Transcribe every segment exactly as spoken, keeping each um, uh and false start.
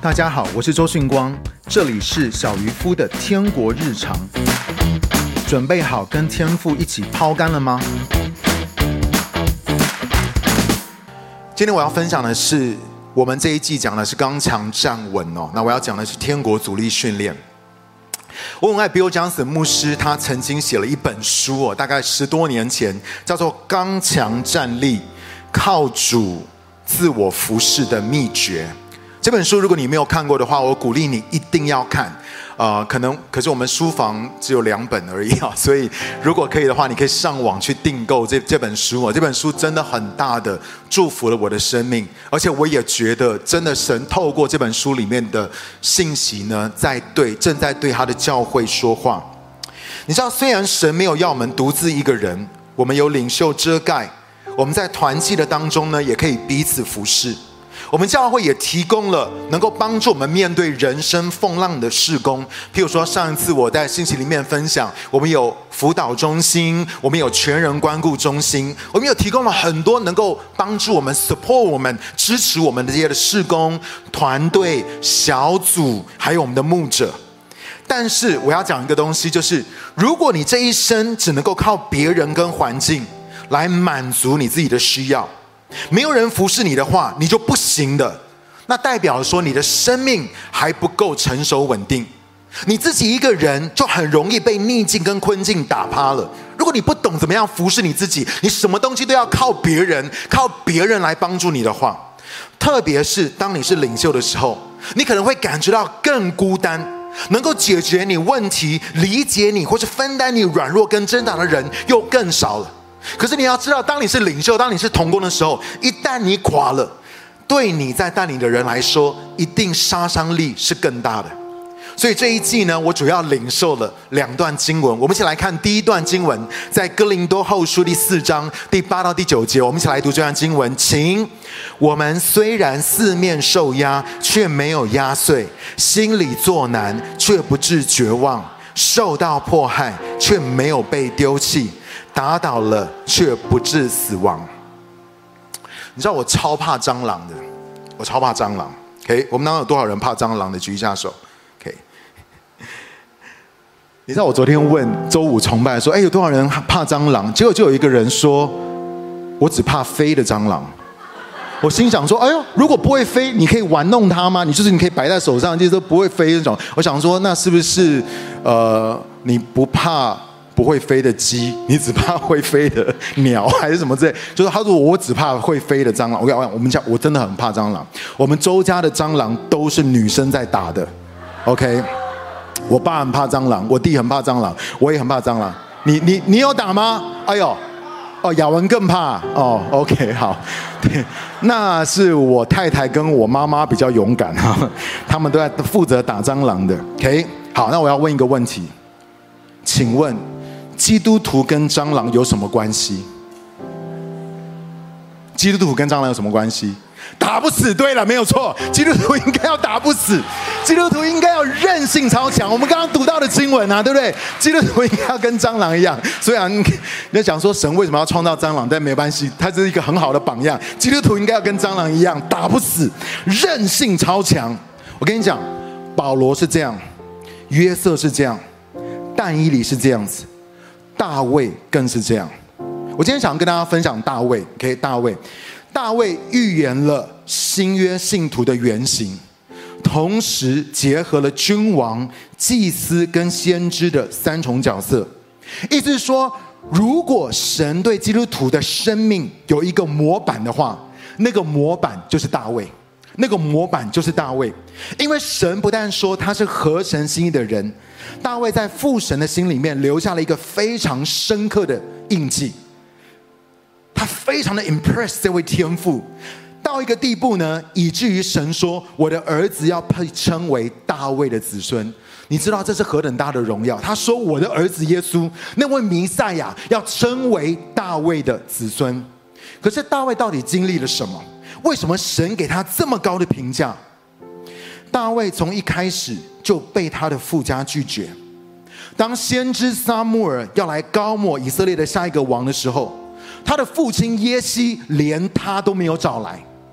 大家好，我是周迅光，这里是小渔夫的天国日常。准备好跟天父一起抛竿了吗？今天我要分享的是，我们这一季讲的是刚强站稳哦，那我要讲的是天国阻力训练。我很爱 Bill Johnson 牧师，他曾经写了一本书哦，大概十多年前，叫做《刚强站立：靠主自我服侍的秘诀》。这本书如果你没有看过的话，我鼓励你一定要看。呃，可能可是我们书房只有两本而已啊，所以如果可以的话，你可以上网去订购这这本书哦。这本书真的很大的祝福了我的生命，而且我也觉得真的神透过这本书里面的信息呢，在对正在对他的教会说话。你知道，虽然神没有要我们独自一个人，我们有领袖遮盖，我们在团契的当中呢，也可以彼此服侍。我们教会也提供了能够帮助我们面对人生风浪的事工，譬如说上一次我在信息里面分享，我们有辅导中心，我们有全人关顾中心，我们有提供了很多能够帮助我们 support 我们支持我们的这些的事工团队小组，还有我们的牧者。但是我要讲一个东西，就是如果你这一生只能够靠别人跟环境来满足你自己的需要，没有人服侍你的话，你就不行的。那代表说你的生命还不够成熟稳定，你自己一个人就很容易被逆境跟困境打趴了。如果你不懂怎么样服侍你自己，你什么东西都要靠别人，靠别人来帮助你的话，特别是当你是领袖的时候，你可能会感觉到更孤单。能够解决你问题、理解你或是分担你软弱跟挣扎的人又更少了。可是你要知道，当你是领袖，当你是同工的时候，一旦你垮了，对你在带领的人来说，一定杀伤力是更大的。所以这一季呢，我主要领受了两段经文，我们一起来看第一段经文，在哥林多后书第四章第八到第九节，我们一起来读这段经文。请，我们虽然四面受压，却没有压碎；心里作难，却不致绝望；受到迫害，却没有被丢弃；打倒了，却不致死亡。你知道我超怕蟑螂的，我超怕蟑螂。OK， 我们当中有多少人怕蟑螂的？举一下手。OK， 你知道我昨天问周五崇拜说，哎，有多少人怕蟑螂？结果就有一个人说，我只怕飞的蟑螂。我心想说，哎呦，如果不会飞，你可以玩弄它吗？你就是你可以摆在手上，就是说不会飞那种。我想说，那是不是呃，你不怕不会飞的鸡，你只怕会飞的鸟还是什么之类？就是他说我只怕会飞的蟑螂。我讲我们讲，我真的很怕蟑螂。我们周家的蟑螂都是女生在打的。OK， 我爸很怕蟑螂，我弟很怕蟑螂，我也很怕蟑螂。你你你有打吗？哎呦！哦，雅文更怕哦。OK， 好，对，那是我太太跟我妈妈比较勇敢哈，他们都在负责打蟑螂的。OK， 好，那我要问一个问题，请问基督徒跟蟑螂有什么关系？基督徒跟蟑螂有什么关系？打不死，对了，没有错，基督徒应该要打不死，基督徒应该要韧性超强。我们刚刚读到的经文啊，对不对？基督徒应该要跟蟑螂一样。虽然你讲说神为什么要创造蟑螂，但没关系，它是一个很好的榜样。基督徒应该要跟蟑螂一样，打不死，韧性超强。我跟你讲，保罗是这样，约瑟是这样，但以理是这样子，大卫更是这样。我今天想跟大家分享大卫 ，OK， 大卫。大卫预言了新约信徒的原型，同时结合了君王、祭司跟先知的三重角色。意思是说，如果神对基督徒的生命有一个模板的话，那个模板就是大卫，那个模板就是大卫。因为神不但说他是合神心意的人，大卫在父神的心里面留下了一个非常深刻的印记。他非常的 impress 这位天父，到一个地步呢，以至于神说我的儿子要被称为大卫的子孙。你知道这是何等大的荣耀？他说我的儿子耶稣，那位弥赛亚要称为大卫的子孙。可是大卫到底经历了什么？为什么神给他这么高的评价？大卫从一开始就被他的父家拒绝。当先知撒母耳要来膏抹以色列的下一个王的时候，他的父亲耶西连他都没有找来。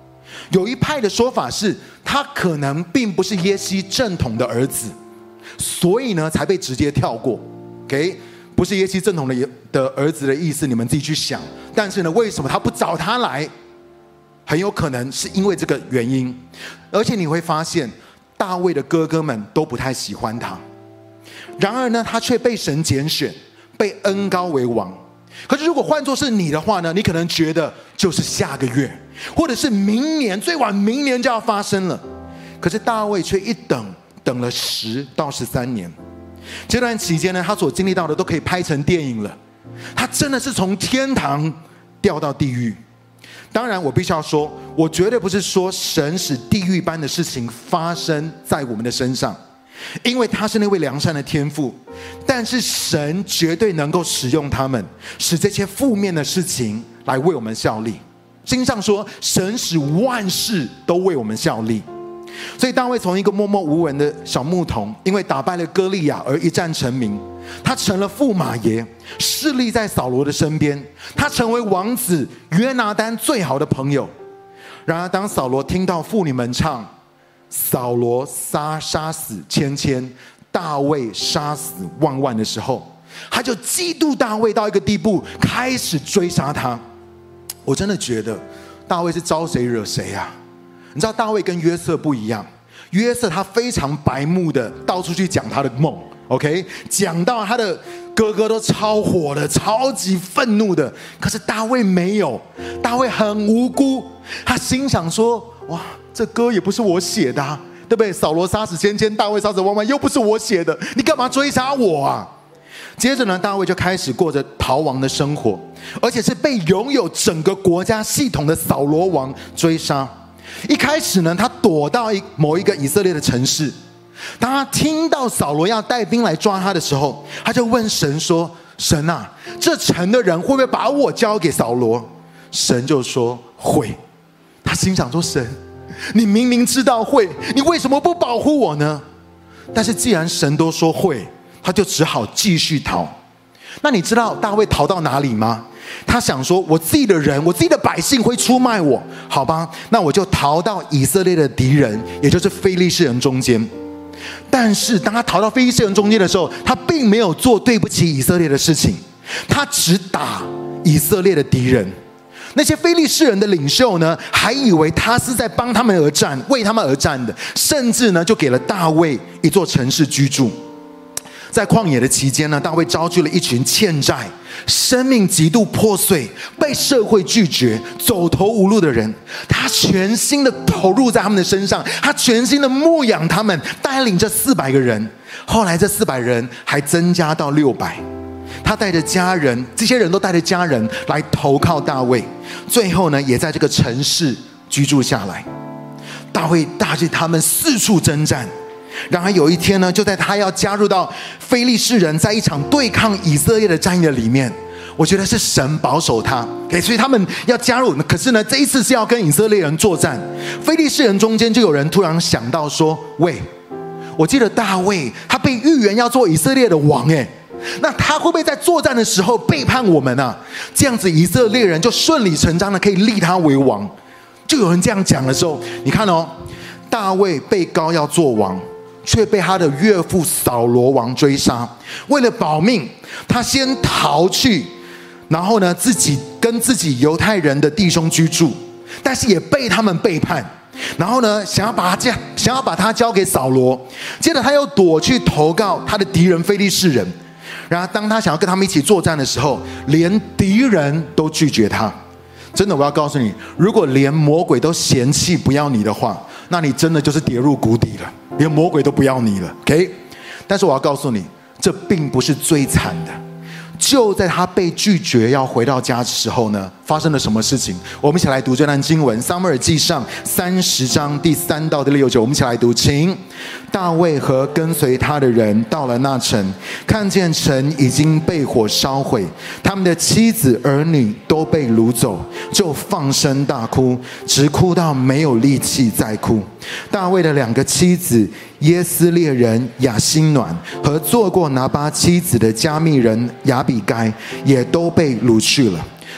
有一派的说法是，他可能并不是耶西正统的儿子，所以呢才被直接跳过。OK， 不是耶西正统的的儿子的意思，你们自己去想。但是呢，为什么他不找他来？很有可能是因为这个原因。而且你会发现，大卫的哥哥们都不太喜欢他。然而呢，他却被神拣选，被恩膏为王。可是如果换作是你的话呢，你可能觉得就是下个月，或者是明年，最晚明年就要发生了。可是大卫却一等等了十到十三年。这段期间呢，他所经历到的都可以拍成电影了。他真的是从天堂掉到地狱。当然我必须要说，我绝对不是说神使地狱般的事情发生在我们的身上，因为他是那位良善的天父。但是神绝对能够使用他们，使这些负面的事情来为我们效力。圣经上说，神使万事都为我们效力。所以大卫从一个默默无闻的小牧童，因为打败了歌利亚而一战成名，他成了驸马爷，侍立在扫罗的身边，他成为王子约拿单最好的朋友。然而当扫罗听到妇女们唱扫罗杀杀死千千，大卫杀死万万的时候，他就嫉妒大卫到一个地步，开始追杀他。我真的觉得大卫是招谁惹谁啊？你知道大卫跟约瑟不一样，约瑟他非常白目的到处去讲他的梦 OK， 讲到他的哥哥都超火的，超级愤怒的。可是大卫没有，大卫很无辜，他心想说，哇，这歌也不是我写的啊，对不对？扫罗杀死千千，大卫杀死万万，又不是我写的，你干嘛追杀我啊？接着呢，大卫就开始过着逃亡的生活，而且是被拥有整个国家系统的扫罗王追杀。一开始呢，他躲到某一个以色列的城市。当他听到扫罗要带兵来抓他的时候，他就问神说，神啊，这城的人会不会把我交给扫罗？神就说会。他心想说，神，你明明知道会，你为什么不保护我呢？但是既然神都说会，他就只好继续逃。那你知道大卫逃到哪里吗？他想说，我自己的人，我自己的百姓会出卖我，好吧，那我就逃到以色列的敌人，也就是非利士人中间。但是当他逃到非利士人中间的时候，他并没有做对不起以色列的事情，他只打以色列的敌人。那些非利士人的领袖呢，还以为他是在帮他们而战，为他们而战的，甚至呢就给了大卫一座城市居住。在旷野的期间呢，大卫招聚了一群欠债、生命极度破碎、被社会拒绝、走投无路的人，他全心的投入在他们的身上，他全心的牧养他们，带领这四百个人。后来这四百人还增加到六百，他带着家人，这些人都带着家人来投靠大卫，最后呢，也在这个城市居住下来。大卫带着他们四处征战。然而有一天呢，就在他要加入到非利士人在一场对抗以色列的战役的里面，我觉得是神保守他，所以他们要加入。可是呢，这一次是要跟以色列人作战。非利士人中间就有人突然想到说，喂，我记得大卫他被预言要做以色列的王，哎，那他会不会在作战的时候背叛我们啊？这样子以色列人就顺理成章的可以立他为王。就有人这样讲的时候，你看哦，大卫被膏要做王，却被他的岳父扫罗王追杀。为了保命，他先逃去，然后呢，自己跟自己犹太人的弟兄居住，但是也被他们背叛。然后呢，想要把他想要把他交给扫罗。接着他又躲去投靠他的敌人非利士人。然而当他想要跟他们一起作战的时候，连敌人都拒绝他。真的，我要告诉你，如果连魔鬼都嫌弃不要你的话，那你真的就是跌入谷底了，连魔鬼都不要你了 OK。 但是我要告诉你，这并不是最惨的。就在他被拒绝要回到家的时候呢，发生了什么事情？我们一起来读这段经文，撒母耳记上三十章第三到第六节，我们一起来读。请大卫和跟随他的人到了那城，看见城已经被火烧毁，他们的妻子儿女都被掳走，就放声大哭，直哭到没有力气再哭。大卫的两个妻子耶斯列人亚辛暖和做过拿巴妻子的加密人亚比该也都被掳去了。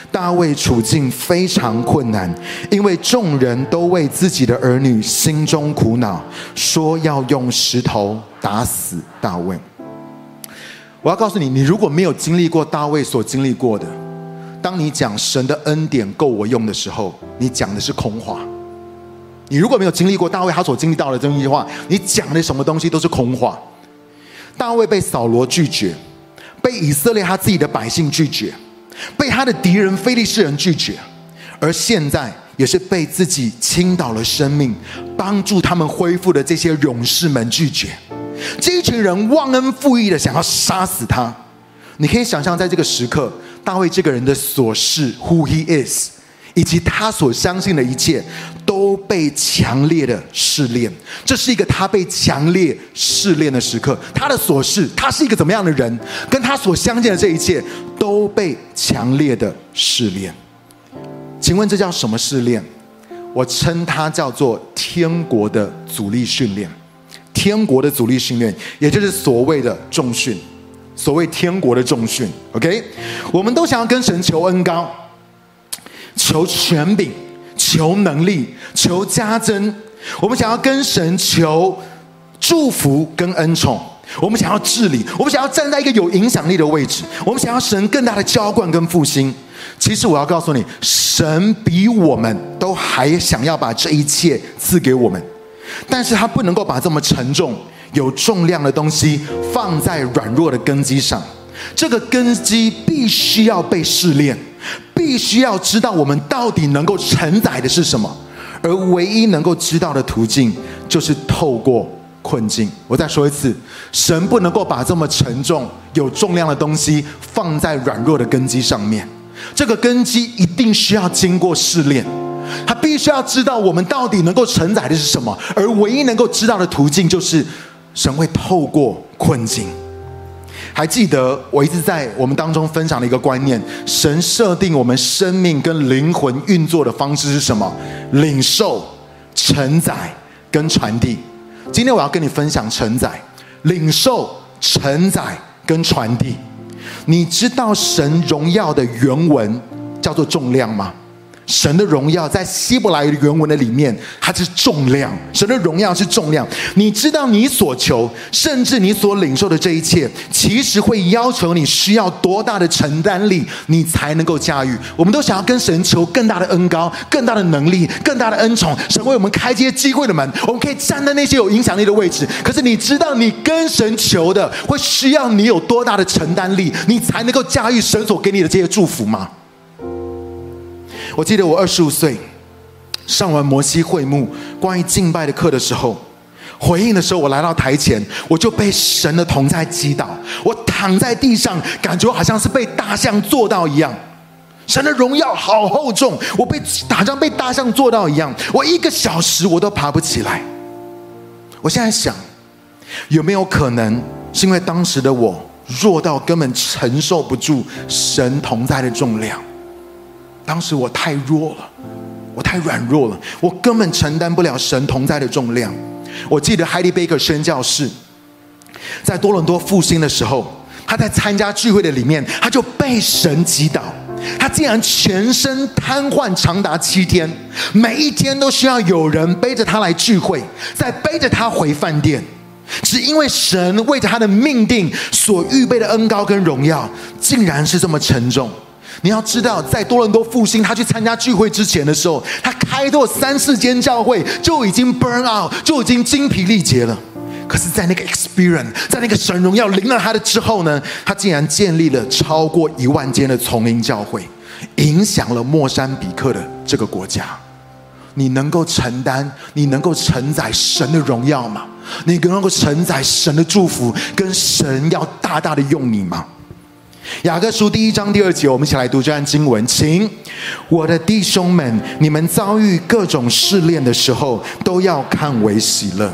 大卫处境非常困难，因为众人都为自己的儿女心中苦恼，说要用石头打死大卫。我要告诉你，你如果没有经历过大卫所经历过的，当你讲神的恩典够我用的时候，你讲的是空话。你如果没有经历过大卫他所经历到的这些话，你讲的什么东西都是空话。大卫被扫罗拒绝，被以色列他自己的百姓拒绝，被他的敌人非利士人拒绝，而现在也是被自己倾倒了生命帮助他们恢复的这些勇士们拒绝。这一群人忘恩负义的想要杀死他。你可以想象在这个时刻，大卫这个人的所事 who he is 以及他所相信的一切都被强烈的试炼。这是一个他被强烈试炼的时刻，他的所事，他是一个怎么样的人，跟他所相信的这一切都被强烈的试炼。请问这叫什么试炼？我称它叫做天国的阻力训练。天国的阻力训练，也就是所谓的重训，所谓天国的重训。 OK， 我们都想要跟神求恩膏，求权柄，求能力，求加增。我们想要跟神求祝福跟恩宠，我们想要治理，我们想要站在一个有影响力的位置，我们想要神更大的浇灌跟复兴。其实我要告诉你，神比我们都还想要把这一切赐给我们，但是他不能够把这么沉重有重量的东西放在软弱的根基上。这个根基必须要被试炼，必须要知道我们到底能够承载的是什么，而唯一能够知道的途径就是透过困境。我再说一次，神不能够把这么沉重有重量的东西放在软弱的根基上面，这个根基一定需要经过试炼，他必须要知道我们到底能够承载的是什么，而唯一能够知道的途径就是神会透过困境。还记得我一直在我们当中分享的一个观念，神设定我们生命跟灵魂运作的方式是什么？领受、承载跟传递。今天我要跟你分享承载、领受、承载跟传递。你知道神荣耀的原文叫做重量吗？神的荣耀在希伯来的原文的里面，它是重量。神的荣耀是重量。你知道你所求，甚至你所领受的这一切，其实会要求你需要多大的承担力，你才能够驾驭。我们都想要跟神求更大的恩膏、更大的能力、更大的恩宠，神为我们开些机会的门，我们可以站在那些有影响力的位置。可是你知道你跟神求的会需要你有多大的承担力，你才能够驾驭神所给你的这些祝福吗？我记得我二十五岁上完摩西会幕关于敬拜的课的时候，回应的时候，我来到台前，我就被神的同在击倒，我躺在地上，感觉好像是被大象做到一样。神的荣耀好厚重，我被好像被大象做到一样，我一个小时我都爬不起来。我现在想，有没有可能是因为当时的我弱到根本承受不住神同在的重量？当时我太弱了，我太软弱了，我根本承担不了神同在的重量。我记得海利贝克宣教士在多伦多复兴的时候，他在参加聚会的里面，他就被神击倒，他竟然全身瘫痪长达七天，每一天都需要有人背着他来聚会，再背着他回饭店。只因为神为着他的命定所预备的恩膏跟荣耀，竟然是这么沉重。你要知道，在多伦多复兴他去参加聚会之前的时候，他开拓三四间教会就已经 burn out， 就已经精疲力竭了。可是在那个 experience， 在那个神荣耀临了他的之后呢，他竟然建立了超过一万间的丛林教会，影响了莫桑比克的这个国家。你能够承担，你能够承载神的荣耀吗？你能够承载神的祝福，跟神要大大的用你吗？雅各书第一章第二节，我们一起来读这段经文，请我的弟兄们，你们遭遇各种试炼的时候，都要看为喜乐。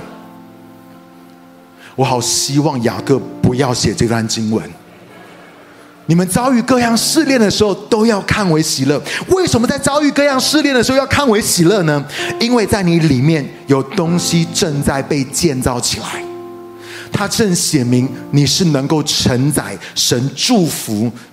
我好希望雅各不要写这段经文。你们遭遇各样试炼的时候，都要看为喜乐。为什么在遭遇各样试炼的时候要看为喜乐呢？因为在你里面有东西正在被建造起来，它正写明你是能够承载神祝福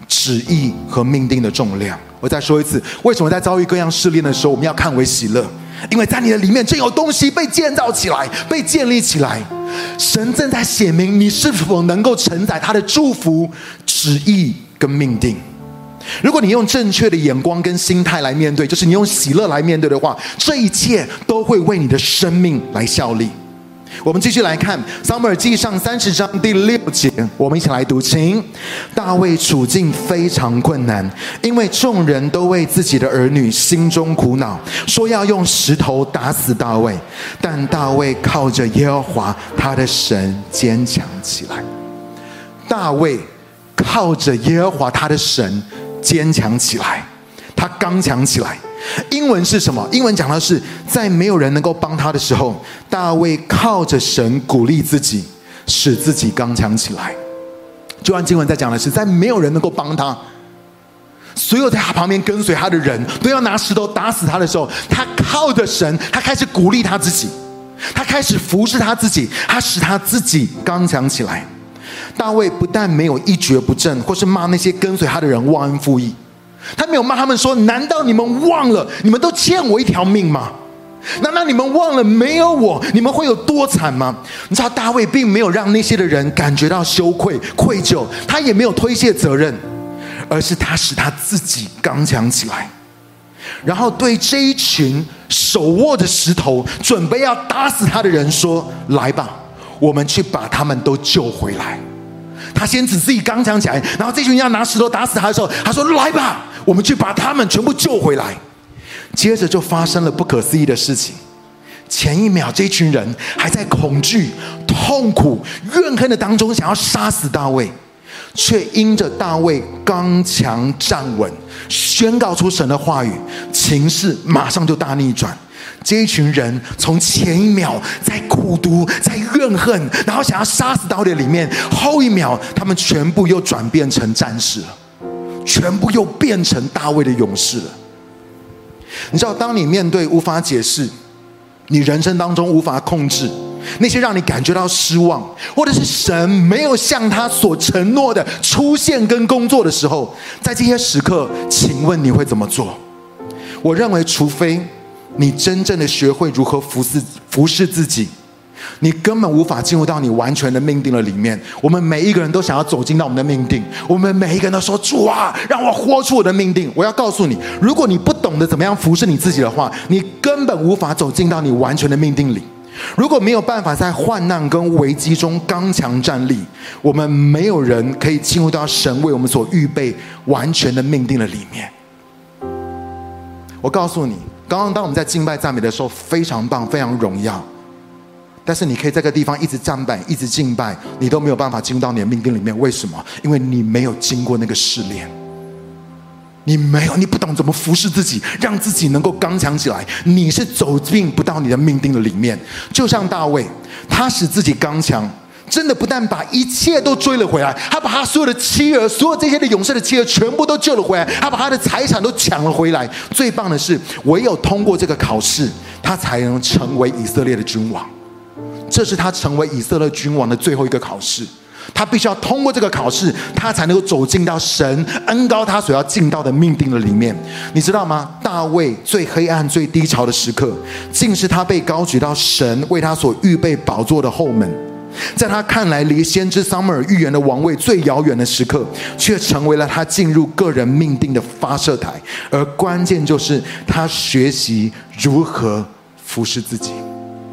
旨意和命定的重量。我再说一次，为什么在遭遇各样试炼的时候，我们要看为喜乐？因为在你的里面正有东西被建造起来，被建立起来。神正在显明你是否能够承载他的祝福、旨意跟命定。如果你用正确的眼光跟心态来面对，就是你用喜乐来面对的话，这一切都会为你的生命来效力。我们继续来看撒母耳记上三十章第六节，我们一起来读，请。大卫处境非常困难，因为众人都为自己的儿女心中苦恼，说要用石头打死大卫。但大卫靠着耶和华他的神坚强起来。大卫靠着耶和华他的神坚强起来，他刚强起来。英文是什么？英文讲的是，在没有人能够帮他的时候，大卫靠着神鼓励自己，使自己刚强起来。就按经文在讲的是，在没有人能够帮他，所有在他旁边跟随他的人都要拿石头打死他的时候，他靠着神，他开始鼓励他自己，他开始服侍他自己，他使他自己刚强起来。大卫不但没有一蹶不振，或是骂那些跟随他的人忘恩负义，他没有骂他们说，难道你们忘了你们都欠我一条命吗？难道你们忘了没有我你们会有多惨吗？你知道大卫并没有让那些的人感觉到羞愧愧疚，他也没有推卸责任，而是他使他自己刚强起来，然后对这一群手握着石头准备要打死他的人说，来吧，我们去把他们都救回来。他先使自己刚强起来，然后这群人要拿石头打死他的时候，他说，来吧，我们去把他们全部救回来。接着就发生了不可思议的事情。前一秒这群人还在恐惧、痛苦、怨恨的当中想要杀死大卫，却因着大卫刚强站稳，宣告出神的话语，情势马上就大逆转。这一群人从前一秒在苦毒、在怨恨，然后想要杀死大卫的里面，后一秒他们全部又转变成战士了，全部又变成大卫的勇士了。你知道，当你面对无法解释，你人生当中无法控制，那些让你感觉到失望，或者是神没有像他所承诺的出现跟工作的时候，在这些时刻，请问你会怎么做？我认为除非你真正的学会如何服侍服侍自己，你根本无法进入到你完全的命定的里面。我们每一个人都想要走进到我们的命定，我们每一个人都说，主啊，让我活出我的命定。我要告诉你，如果你不懂得怎么样服侍你自己的话，你根本无法走进到你完全的命定里。如果没有办法在患难跟危机中刚强站立，我们没有人可以进入到神为我们所预备完全的命定的里面。我告诉你，刚刚当我们在敬拜赞美的时候非常棒，非常荣耀，但是你可以在这个地方一直站拜，一直敬拜，你都没有办法进入到你的命定里面。为什么？因为你没有经过那个试炼，你没有，你不懂怎么服侍自己，让自己能够刚强起来，你是走进不到你的命定的里面。就像大卫，他使自己刚强，真的不但把一切都追了回来，他把他所有的妻儿，所有这些的勇士的妻儿全部都救了回来，他把他的财产都抢了回来。最棒的是，唯有通过这个考试，他才能成为以色列的君王。这是他成为以色列君王的最后一个考试，他必须要通过这个考试，他才能够走进到神恩膏他所要进到的命定的里面。你知道吗？大卫最黑暗最低潮的时刻，竟是他被高举到神为他所预备宝座的后门，在他看来离先知撒母耳预言的王位最遥远的时刻，却成为了他进入个人命定的发射台。而关键就是他学习如何服侍自己。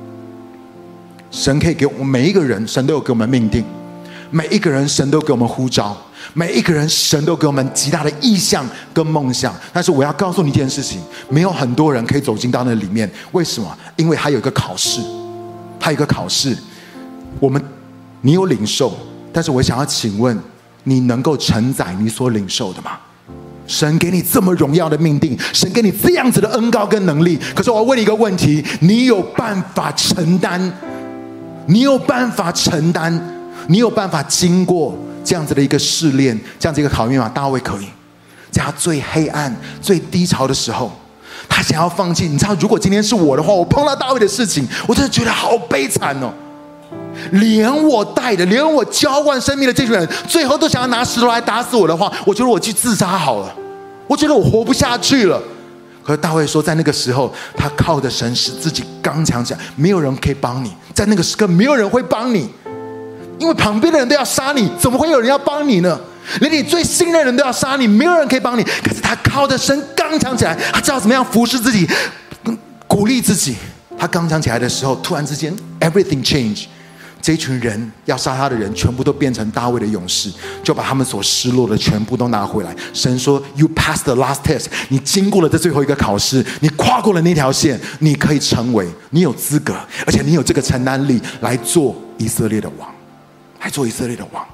神可以给我们每一个人，神都有给我们命定，每一个人神都给我们呼召，每一个人神都给我们极大的意向跟梦想。但是我要告诉你一件事情，没有很多人可以走进到那里面。为什么？因为还有一个考试，还有一个考试。我们你有领受，但是我想要请问，你能够承载你所领受的吗？神给你这么荣耀的命定，神给你这样子的恩膏跟能力，可是我要问你一个问题，你有办法承担？你有办法承担？你有办法经过这样子的一个试炼，这样子一个考验吗？大卫可以，在他最黑暗最低潮的时候，他想要放弃。你知道，如果今天是我的话，我碰到大卫的事情，我真的觉得好悲惨哦。 连我带的，连我浇灌生命的这群人，最后都想要拿石头来打死我的话，我觉得我去自杀好了，我觉得我活不下去了。可是大卫说，在那个时候，他靠着神使自己刚强起来，没有人可以帮你，在那个时刻，没有人会帮你，因为旁边的人都要杀你，怎么会有人要帮你呢？连你最信任的人都要杀你，没有人可以帮你。可是他靠着神刚强起来，他知道怎么样服侍自己，鼓励自己。他刚强起来的时候，突然之间 everything change。这一群人要杀他的人全部都变成大卫的勇士，就把他们所失落的全部都拿回来。神说 You passed the last test， 你经过了这最后一个考试，你跨过了那条线，你可以成为，你有资格，而且你有这个承担力来做以色列的王，来做以色列的王。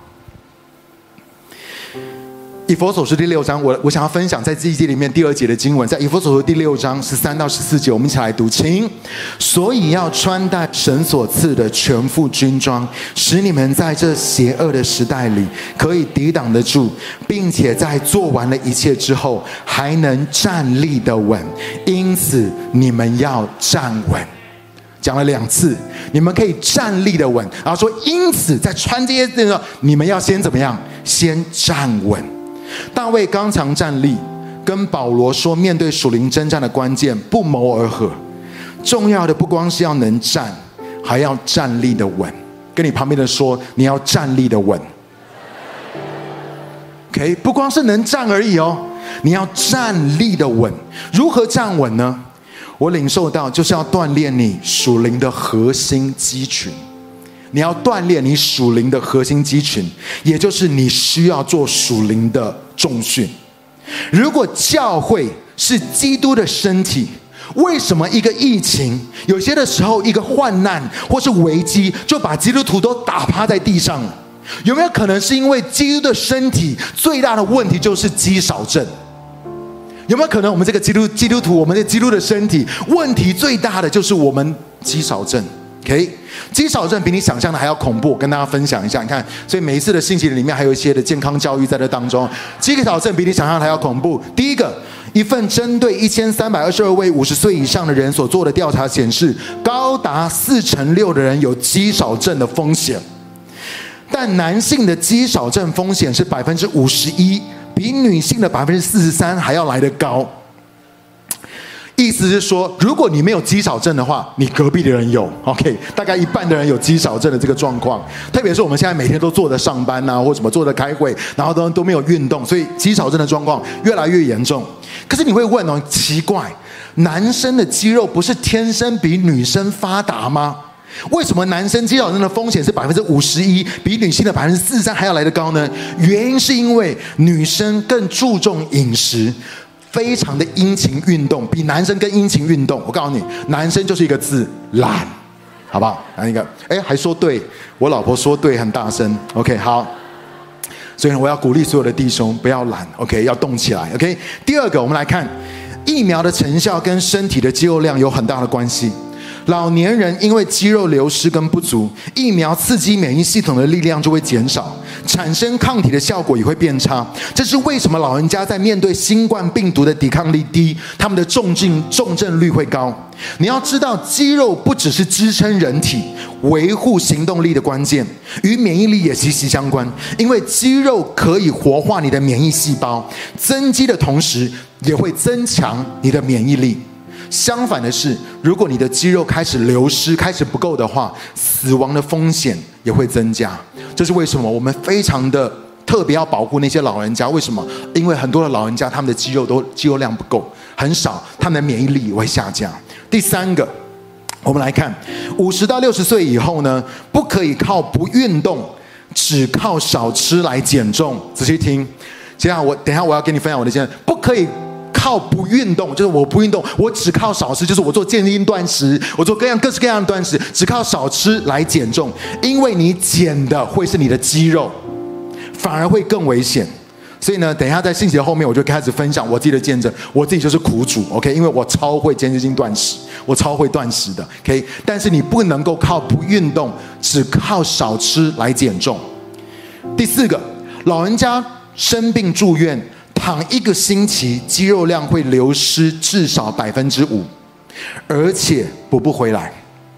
以弗所书第六章，我我想要分享在这一节里面第二节的经文，在以弗所书第六章十三到十四节，我们一起来读，请。所以要穿戴神所赐的全副军装，使你们在这邪恶的时代里可以抵挡得住，并且在做完了一切之后，还能站立得稳。因此你们要站稳。讲了两次，你们可以站立得稳，然后说，因此在穿这些的时候，你们要先怎么样？先站稳。大卫刚强站立，跟保罗说面对属灵征战的关键不谋而合。重要的不光是要能站，还要站立的稳。跟你旁边的说，你要站立的稳。OK， 不光是能站而已哦，你要站立的稳。如何站稳呢？我领受到就是要锻炼你属灵的核心肌群。你要锻炼你属灵的核心肌群，也就是你需要做属灵的重训。如果教会是基督的身体，为什么一个疫情，有些的时候一个患难或是危机，就把基督徒都打趴在地上了？有没有可能是因为基督的身体最大的问题就是肌少症？有没有可能我们这个基督基督徒，我们的基督的身体问题最大的就是我们肌少症？OK， 肌少症比你想象的还要恐怖，我跟大家分享一下。你看，所以每一次的信息里面还有一些的健康教育在这当中。肌少症比你想象的还要恐怖。第一个，一份针对一千三百二十二位五十岁以上的人所做的调查显示，高达四成六的人有肌少症的风险。但男性的肌少症风险是百分之五十一，比女性的百分之四十三还要来得高。意思是说，如果你没有肌少症的话，你隔壁的人有 ，OK， 大概一半的人有肌少症的这个状况。特别是我们现在每天都坐着上班啊，或什么坐着开会，然后都都没有运动，所以肌少症的状况越来越严重。可是你会问哦，奇怪，男生的肌肉不是天生比女生发达吗？为什么男生肌少症的风险是百分之五十一，比女性的百分之四十三还要来得高呢？原因是因为女生更注重饮食。非常的殷勤运动，比男生更殷勤运动。我告诉你，男生就是一个字，懒，好不好？来一个，哎，还说对，我老婆说对，很大声。OK， 好。所以我要鼓励所有的弟兄不要懒 ，OK， 要动起来 ，OK。第二个，我们来看疫苗的成效跟身体的肌肉量有很大的关系。老年人因为肌肉流失跟不足，疫苗刺激免疫系统的力量就会减少，产生抗体的效果也会变差。这是为什么老人家在面对新冠病毒的抵抗力低，他们的重症重症率会高。你要知道，肌肉不只是支撑人体、维护行动力的关键，与免疫力也息息相关。因为肌肉可以活化你的免疫细胞，增肌的同时也会增强你的免疫力。相反的是，如果你的肌肉开始流失、开始不够的话，死亡的风险也会增加。这是为什么我们非常的特别要保护那些老人家？为什么？因为很多的老人家他们的肌肉都肌肉量不够，很少，他们的免疫力也会下降。第三个，我们来看五十到六十岁以后呢，不可以靠不运动，只靠少吃来减重。仔细听，接下来我等一下我要跟你分享我的经验，不可以。靠不运动，就是我不运动，我只靠少吃，就是我做健身断食，我做各样各式各样的断食，只靠少吃来减重，因为你减的会是你的肌肉，反而会更危险。所以呢，等一下在信息的后面，我就开始分享我自己的见证，我自己就是苦主 ，OK， 因为我超会间歇性断食，我超会断食的 ，OK， 但是你不能够靠不运动，只靠少吃来减重。第四个，老人家生病住院。躺一个星期，肌肉量会流失至少百分之五，而且补不回来。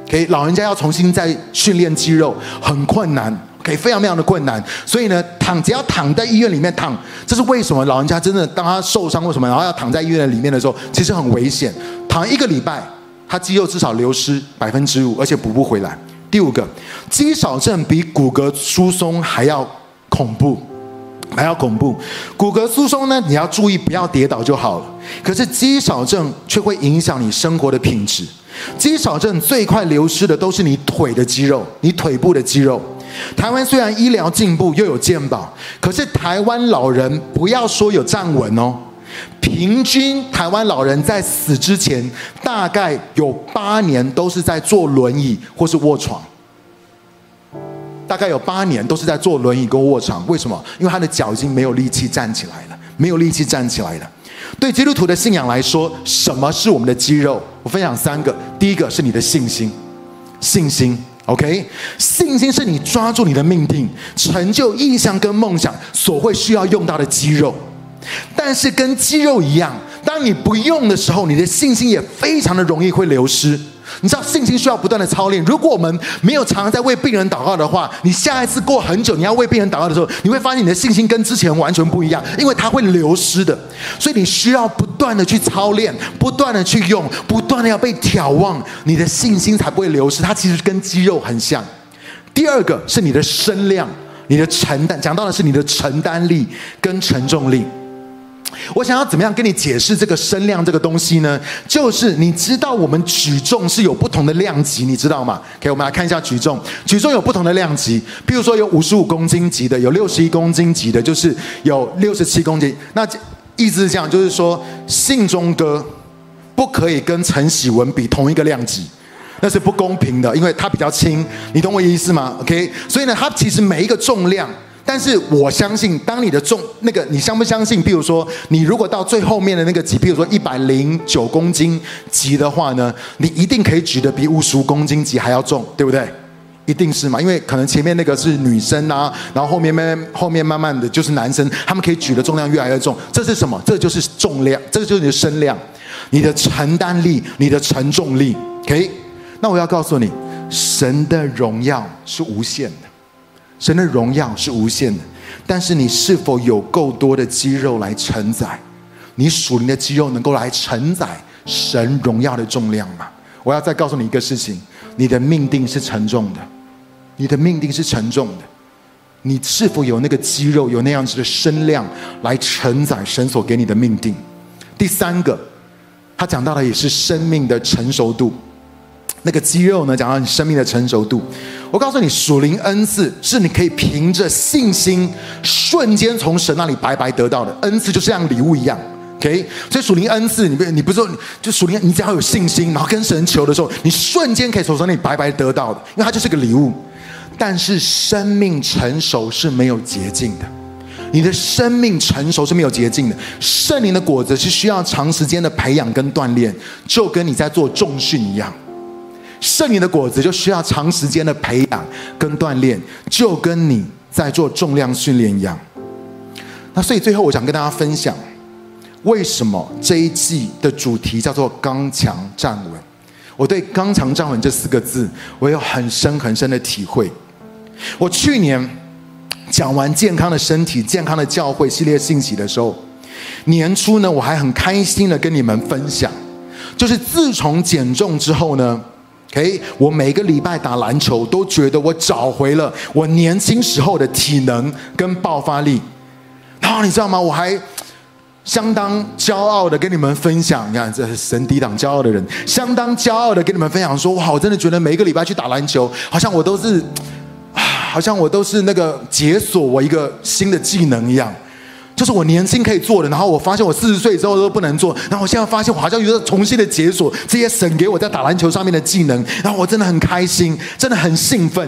，OK， 老人家要重新再训练肌肉很困难，OK， 非常非常的困难。所以呢，躺只要躺在医院里面躺，这是为什么？老人家真的当他受伤或什么，然后要躺在医院里面的时候，其实很危险。躺一个礼拜，他肌肉至少流失百分之五，而且补不回来。第五个，肌少症比骨骼疏松还要恐怖。还要恐怖，骨骼疏松呢，你要注意不要跌倒就好了。可是肌少症却会影响你生活的品质。肌少症最快流失的都是你腿的肌肉，你腿部的肌肉。台湾虽然医疗进步又有健保，可是台湾老人不要说有站稳哦，平均台湾老人在死之前大概有八年都是在坐轮椅或是卧床。大概有八年都是在坐轮椅跟卧床，为什么？因为他的脚已经没有力气站起来了，没有力气站起来了。对基督徒的信仰来说，什么是我们的肌肉？我分享三个。第一个是你的信心，信心 ，OK， 信心是你抓住你的命定、成就意向跟梦想所会需要用到的肌肉。但是跟肌肉一样，当你不用的时候，你的信心也非常的容易会流失。你知道信心需要不断的操练，如果我们没有常常在为病人祷告的话，你下一次过很久你要为病人祷告的时候，你会发现你的信心跟之前完全不一样，因为它会流失的。所以你需要不断的去操练，不断的去用，不断的要被挑望，你的信心才不会流失。它其实跟肌肉很像。第二个是你的身量，你的承担，讲到的是你的承担力跟承重力。我想要怎么样跟你解释这个身量这个东西呢？就是你知道我们举重是有不同的量级，你知道吗？ OK， 我们来看一下举重。举重有不同的量级，譬如说有五十五公斤级的，有六十一公斤级的，就是有六十七公斤。那意思是这样，就是说信中哥不可以跟陈喜文比同一个量级，那是不公平的，因为他比较轻，你懂我意思吗 ？OK， 所以呢，他其实每一个重量。但是我相信，当你的重那个，你相不相信？比如说，你如果到最后面的那个级，比如说一百零九公斤级的话呢，你一定可以举得比五十五公斤级还要重，对不对？一定是嘛？因为可能前面那个是女生啊，然后后面慢后面慢慢的就是男生，他们可以举的重量越来越重。这是什么？这就是重量，这就是你的身量，你的承担力，你的承重力。OK， 那我要告诉你，神的荣耀是无限的。神的荣耀是无限的，但是你是否有够多的肌肉来承载？你属灵的肌肉能够来承载神荣耀的重量吗？我要再告诉你一个事情，你的命定是沉重的，你的命定是沉重的。你是否有那个肌肉，有那样子的身量来承载神所给你的命定？第三个，他讲到的也是生命的成熟度。那个肌肉呢，讲到你生命的成熟度。我告诉你，属灵恩赐是你可以凭着信心瞬间从神那里白白得到的。恩赐就像礼物一样 ，OK？ 所以属灵恩赐，你不你不是说就属灵，你只要有信心，然后跟神求的时候，你瞬间可以从神那里白白得到的，因为它就是个礼物。但是生命成熟是没有捷径的，你的生命成熟是没有捷径的。圣灵的果子是需要长时间的培养跟锻炼，就跟你在做重训一样。圣灵的果子就需要长时间的培养跟锻炼，就跟你在做重量训练一样。那所以最后我想跟大家分享，为什么这一季的主题叫做刚强站稳。我对刚强站稳这四个字我有很深很深的体会。我去年讲完健康的身体健康的教会系列信息的时候，年初呢我还很开心的跟你们分享，就是自从减重之后呢Okay, 我每个礼拜打篮球都觉得我找回了我年轻时候的体能跟爆发力。然后你知道吗，我还相当骄傲的跟你们分享，你看这是神抵挡骄傲的人，相当骄傲的跟你们分享说，哇，我真的觉得每一个礼拜去打篮球好像我都是好像我都是那个解锁我一个新的技能一样，就是我年轻可以做的，然后我发现我四十岁之后都不能做，然后我现在发现我好像有点重新的解锁这些神给我在打篮球上面的技能，然后我真的很开心，真的很兴奋。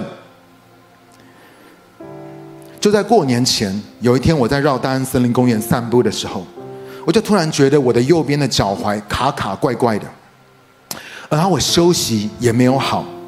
就在过年前有一天，我在绕大安森林公园散步的时候，我就突然觉得我的右边的脚踝卡卡怪怪的，然后我休息也没有好，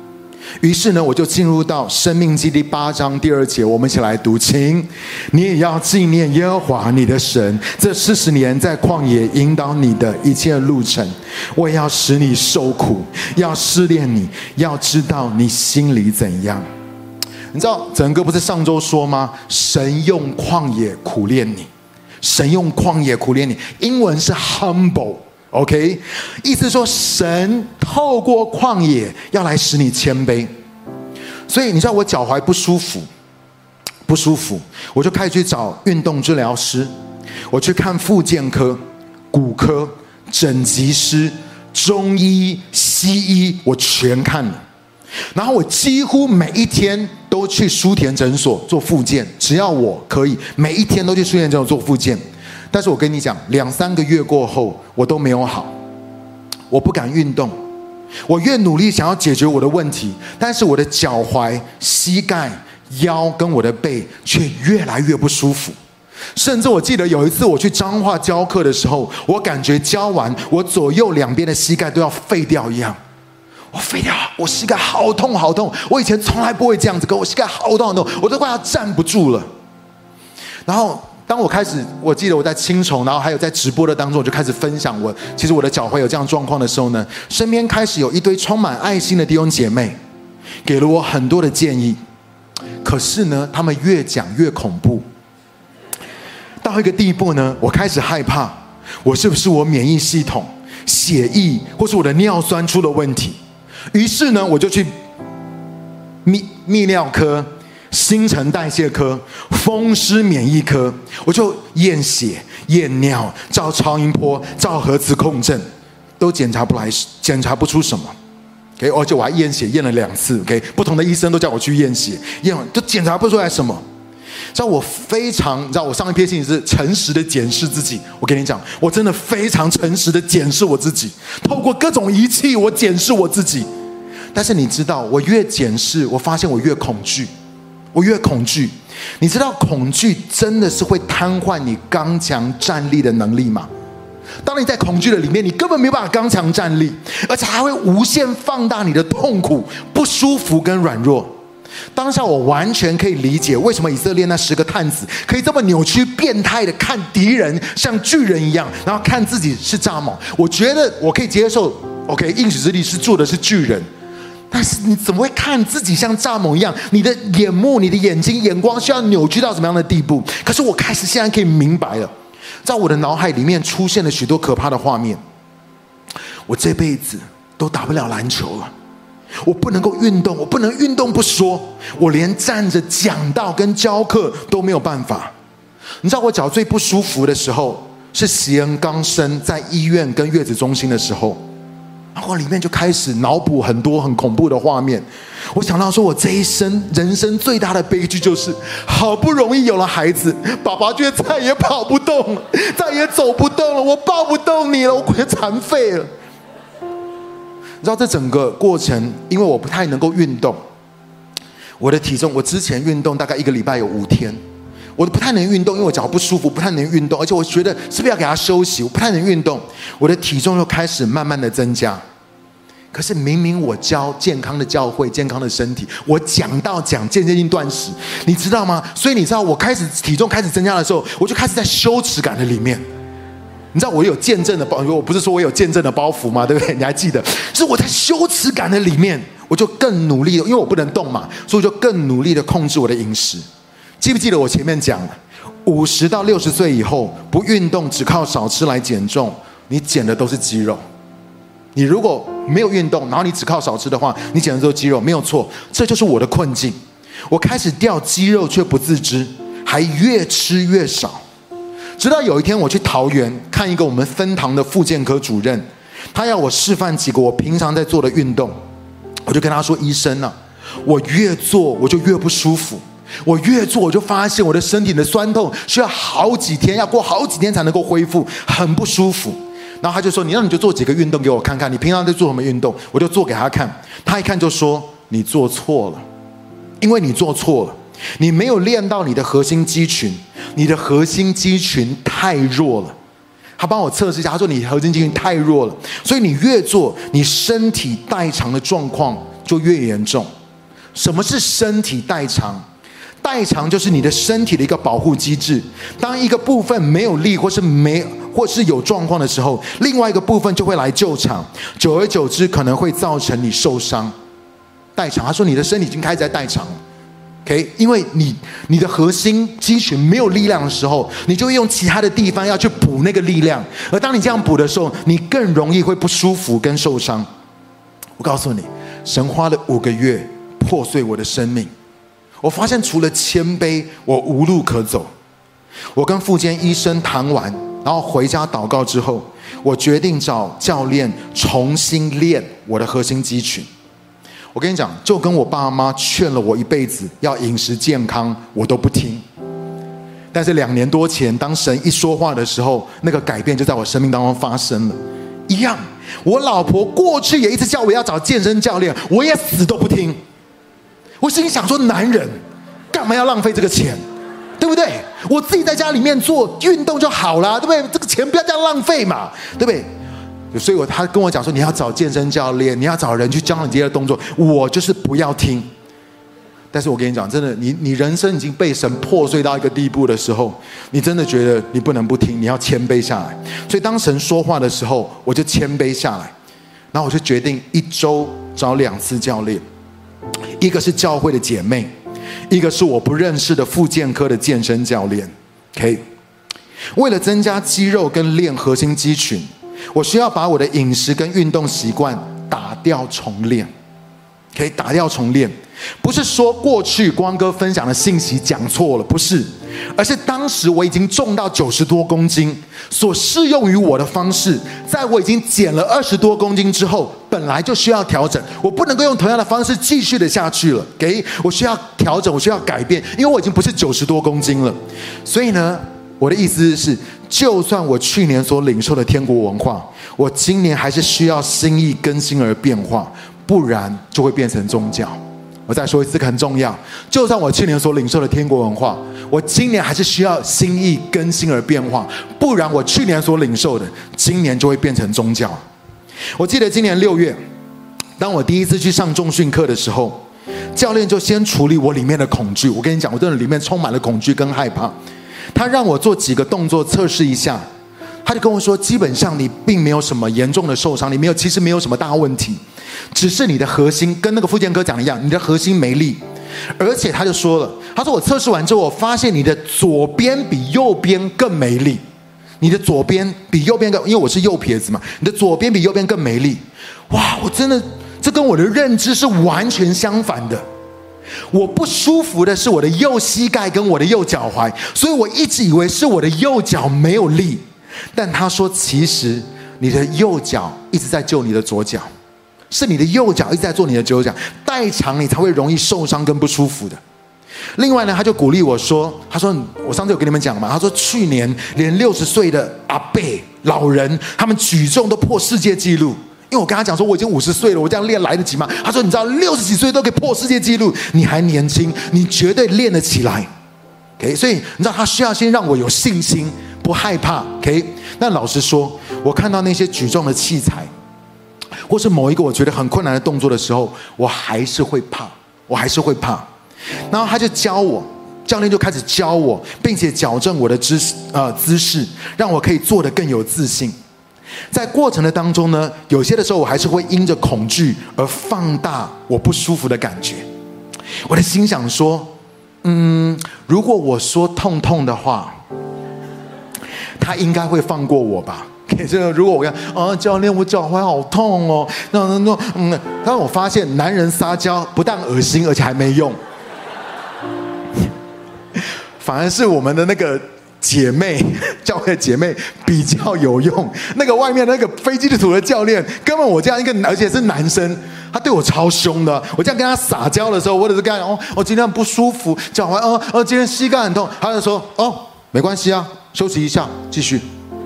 于是呢，我就进入到申命记第八章第二节，我们一起来读，请你也要纪念耶和华你的神，这四十年在旷野引导你的一切路程，我也要使你受苦，要试炼你，要知道你心里怎样。你知道整个不是上周说吗？神用旷野苦练你，神用旷野苦练你，英文是 humble。OK， 意思说神透过旷野要来使你谦卑。所以你知道我脚踝不舒服，不舒服，我就开始去找运动治疗师，我去看复健科、骨科、整脊师、中医、西医，我全看了。然后我几乎每一天都去舒田诊所做复健，只要我可以，每一天都去舒田诊所做复健。但是我跟你讲，两三个月过后，我都没有好，我不敢运动，我越努力想要解决我的问题，但是我的脚踝、膝盖、腰跟我的背却越来越不舒服。甚至我记得有一次我去彰化教课的时候，我感觉教完，我左右两边的膝盖都要废掉一样。我废掉，我膝盖好痛好痛，我以前从来不会这样子，可我膝盖好痛好痛，我都快要站不住了。然后当我开始，我记得我在青虫，然后还有在直播的当中，我就开始分享我其实我的脚踝有这样状况的时候呢，身边开始有一堆充满爱心的弟兄姐妹，给了我很多的建议。可是呢，他们越讲越恐怖，到一个地步呢，我开始害怕，我是不是我免疫系统、血液或是我的尿酸出了问题？于是呢，我就去泌泌尿科、新陈代谢科、风湿免疫科，我就验血、验尿、照超音波、照核磁共振，都检查不来，检查不出什么。OK， 而且我还验血验了两次。OK， 不同的医生都叫我去验血，验完都检查不出来什么。知道我非常，你知道我上一篇信息是诚实的检视自己。我跟你讲，我真的非常诚实的检视我自己，透过各种仪器，我检视我自己。但是你知道，我越检视，我发现我越恐惧，我越恐惧。你知道，恐惧真的是会瘫痪你刚强站立的能力吗？当你在恐惧的里面，你根本没有办法刚强站立，而且还会无限放大你的痛苦、不舒服跟软弱。当下我完全可以理解为什么以色列那十个探子可以这么扭曲变态的看敌人像巨人一样，然后看自己是蚱蜢。我觉得我可以接受 OK， 应许之地是住的是巨人，但是你怎么会看自己像蚱蜢一样？你的眼目、你的眼睛、眼光需要扭曲到什么样的地步？可是我开始现在可以明白了，在我的脑海里面出现了许多可怕的画面。我这辈子都打不了篮球了，我不能够运动，我不能运动不说，我连站着讲道跟教课都没有办法。你知道我脚最不舒服的时候是席恩刚生在医院跟月子中心的时候，然后里面就开始脑补很多很恐怖的画面。我想到说，我这一生人生最大的悲剧就是好不容易有了孩子，爸爸却再也跑不动了，再也走不动了，我抱不动你了，我快残废了。你知道这整个过程，因为我不太能够运动，我的体重，我之前运动大概一个礼拜有五天，我不太能运动，因为我脚不舒服，不太能运动，而且我觉得是不是要给他休息，我不太能运动，我的体重又开始慢慢的增加。可是明明我教健康的教会、健康的身体，我讲到讲渐渐性断食，你知道吗？所以你知道我开始体重开始增加的时候，我就开始在羞耻感的里面。你知道我有见证的包，我不是说我有见证的包袱吗？对不对？你还记得？就是我在羞耻感的里面，我就更努力，因为我不能动嘛，所以我就更努力的控制我的饮食。记不记得我前面讲，五十到六十岁以后不运动，只靠少吃来减重，你减的都是肌肉。你如果没有运动，然后你只靠少吃的话，你减的都是肌肉，没有错。这就是我的困境。我开始掉肌肉却不自知，还越吃越少。直到有一天我去桃园看一个我们分堂的复健科主任，他要我示范几个我平常在做的运动。我就跟他说，医生啊，我越做我就越不舒服，我越做我就发现我的身体的酸痛需要好几天，要过好几天才能够恢复，很不舒服。然后他就说，你让你就做几个运动给我看看，你平常在做什么运动？我就做给他看，他一看就说，你做错了，因为你做错了，你没有练到你的核心肌群，你的核心肌群太弱了。他帮我测试一下，他说你核心肌群太弱了，所以你越做，你身体代偿的状况就越严重。 什么是身体代偿？代偿就是你的身体的一个保护机制。当一个部分没有力，或是没或是有状况的时候，另外一个部分就会来救场，久而久之可能会造成你受伤。代偿，他说你的身体已经开始在代偿了。OK， 因为你你的核心肌群没有力量的时候，你就会用其他的地方要去补那个力量，而当你这样补的时候，你更容易会不舒服跟受伤。我告诉你，神花了五个月破碎我的生命。我发现除了谦卑，我无路可走。我跟复健医生谈完，然后回家祷告之后，我决定找教练重新练我的核心肌群。我跟你讲，就跟我爸妈劝了我一辈子要饮食健康，我都不听。但是两年多前，当神一说话的时候，那个改变就在我生命当中发生了。一样，我老婆过去也一直叫我要找健身教练，我也死都不听。我心里想说，男人干嘛要浪费这个钱，对不对？我自己在家里面做运动就好了，对不对？这个钱不要这样浪费嘛，对不对？所以我他跟我讲说，你要找健身教练，你要找人去教你这些动作，我就是不要听。但是我跟你讲，真的，你你人生已经被神破碎到一个地步的时候，你真的觉得你不能不听，你要谦卑下来。所以当神说话的时候，我就谦卑下来，然后我就决定一周找两次教练，一个是教会的姐妹，一个是我不认识的复健科的健身教练。OK， 为了增加肌肉跟练核心肌群，我需要把我的饮食跟运动习惯打掉重练。可以打掉重练，不是说过去光哥分享的信息讲错了，不是，而是当时我已经重到九十多公斤，所适用于我的方式，在我已经减了二十多公斤之后，本来就需要调整，我不能够用同样的方式继续的下去了。给我需要调整，我需要改变，因为我已经不是九十多公斤了。所以呢，我的意思是，就算我去年所领受的天国文化，我今年还是需要心意更新而变化，不然就会变成宗教。我再说一次，这个很重要。就算我去年所领受的天国文化，我今年还是需要心意更新而变化，不然我去年所领受的，今年就会变成宗教。我记得今年六月，当我第一次去上重训课的时候，教练就先处理我里面的恐惧。我跟你讲，我真的里面充满了恐惧跟害怕。他让我做几个动作测试一下，他就跟我说，基本上你并没有什么严重的受伤，你没有，其实没有什么大问题，只是你的核心跟那个复健科讲的一样，你的核心没力。而且他就说了，他说我测试完之后，我发现你的左边比右边更没力，你的左边比右边更，因为我是右撇子嘛，你的左边比右边更没力。哇，我真的，这跟我的认知是完全相反的。我不舒服的是我的右膝盖跟我的右脚踝，所以我一直以为是我的右脚没有力。但他说，其实你的右脚一直在救你的左脚，是你的右脚一直在做你的左脚，代偿你才会容易受伤跟不舒服的。另外呢，他就鼓励我说，他说我上次有跟你们讲嘛，他说去年连六十岁的阿伯老人，他们举重都破世界纪录。因为我跟他讲说，我已经五十岁了，我这样练来得及吗？他说，你知道六十几岁都可以破世界纪录，你还年轻，你绝对练得起来。OK， 所以你知道他需要先让我有信心，不害怕。OK， 但老实说，我看到那些举重的器材，或是某一个我觉得很困难的动作的时候，我还是会怕，我还是会怕。然后他就教我，教练就开始教我，并且矫正我的姿呃姿势，让我可以做得更有自信。在过程的当中呢，有些的时候我还是会因着恐惧而放大我不舒服的感觉。我的心想说，嗯，如果我说痛痛的话，他应该会放过我吧。如果我跟啊教练，我脚踝好痛哦，那那那嗯，但我发现男人撒娇不但恶心，而且还没用，反而是我们的那个姐妹，教会的姐妹比较有用。那个外面那个非基督徒的教练，根本我这样一个，而且是男生，他对我超凶的。我这样跟他撒娇的时候，或者是跟他哦，我今天不舒服，脚踝哦哦，今天膝盖很痛，他就说哦，没关系啊，休息一下，继续。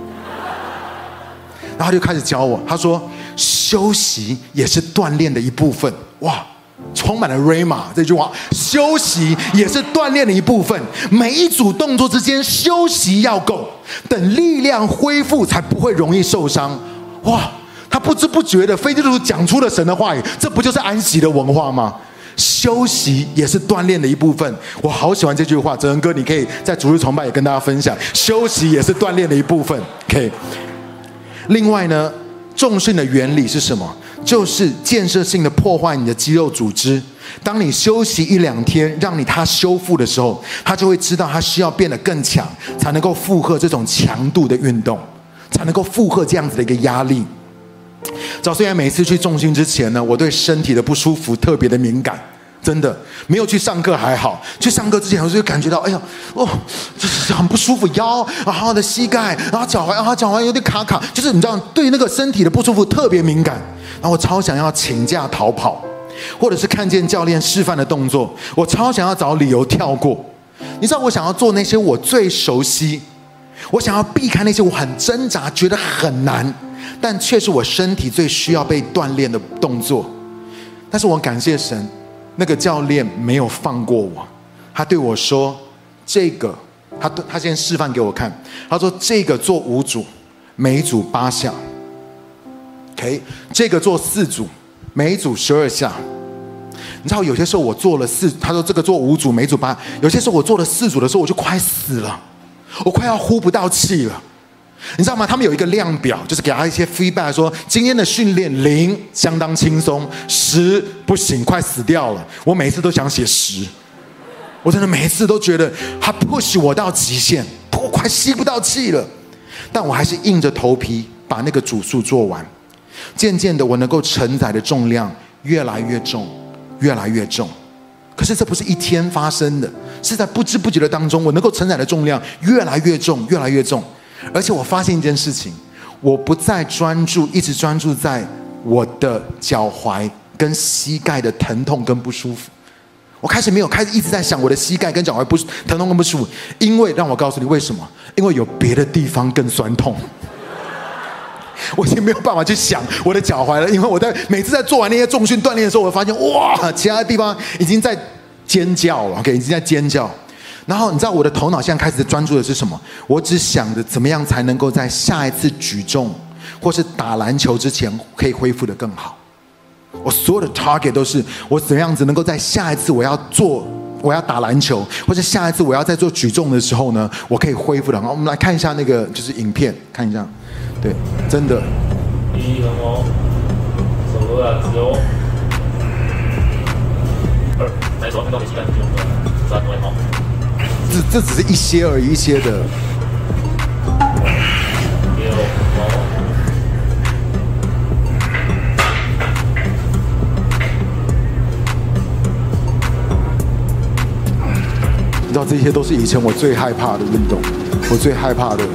然后他就开始教我，他说休息也是锻炼的一部分。哇！充满了 Rhema 这句话，休息也是锻炼的一部分。每一组动作之间休息要够，等力量恢复才不会容易受伤。哇！他不知不觉的非基督徒讲出了神的话语，这不就是安息的文化吗？ 休息也是锻炼的一部分。我好喜欢这句话，哲恩哥，你可以在主日崇拜也跟大家分享，休息也是锻炼的一部分。OK。另外呢，重训的原理是什么？就是建设性的破坏你的肌肉组织。当你休息一两天，让你它修复的时候，它就会知道它需要变得更强，才能够负荷这种强度的运动，才能够负荷这样子的一个压力。早虽然每次去重训之前呢，我对身体的不舒服特别的敏感，真的没有去上课还好，去上课之前我就感觉到，哎呀，哦，就是很不舒服，腰，然后的膝盖，然后脚踝，然后脚踝有点卡卡，就是你知道，对那个身体的不舒服特别敏感。然后我超想要请假逃跑，或者是看见教练示范的动作，我超想要找理由跳过。你知道，我想要做那些我最熟悉，我想要避开那些我很挣扎，觉得很难，但却是我身体最需要被锻炼的动作。但是我感谢神，那个教练没有放过我，他对我说：“这个，他他先示范给我看，他说这个做五组，每一组八下。OK， 这个做四组，每一组十二下。你知道有些时候我做了四，他说这个做五组，每组八。有些时候我做了四组的时候，我就快死了，我快要呼不到气了。你知道吗？他们有一个量表，就是给他一些 feedback， 说今天的训练零相当轻松，十不行，快死掉了。我每一次都想写十，我真的每一次都觉得他 push 我到极限，我快吸不到气了。但我还是硬着头皮把那个组数做完。渐渐的，我能够承载的重量越来越重，越来越重。可是这不是一天发生的，是在不知不觉的当中，我能够承载的重量越来越重，越来越重。而且我发现一件事情，我不再专注，一直专注在我的脚踝跟膝盖的疼痛跟不舒服。我开始没有开始一直在想我的膝盖跟脚踝不疼痛跟不舒服，因为让我告诉你为什么？因为有别的地方更酸痛。我已经没有办法去想我的脚踝了，因为我在每次在做完那些重训锻炼的时候，我发现哇，其他的地方已经在尖叫了 ，OK， 已经在尖叫。然后你知道我的头脑现在开始专注的是什么？我只想着怎么样才能够在下一次举重或是打篮球之前可以恢复得更好。我所有的 target 都是我怎么样子能够在下一次我要做我要打篮球，或者下一次我要在做举重的时候呢，我可以恢复得很好。我们来看一下那个就是影片，看一下。对，真的。一个哦，手的只有二，来手看到你膝盖就三对哦。这这只是一些而已，一些的。六哦。你知道这些都是以前我最害怕的运动，我最害怕的。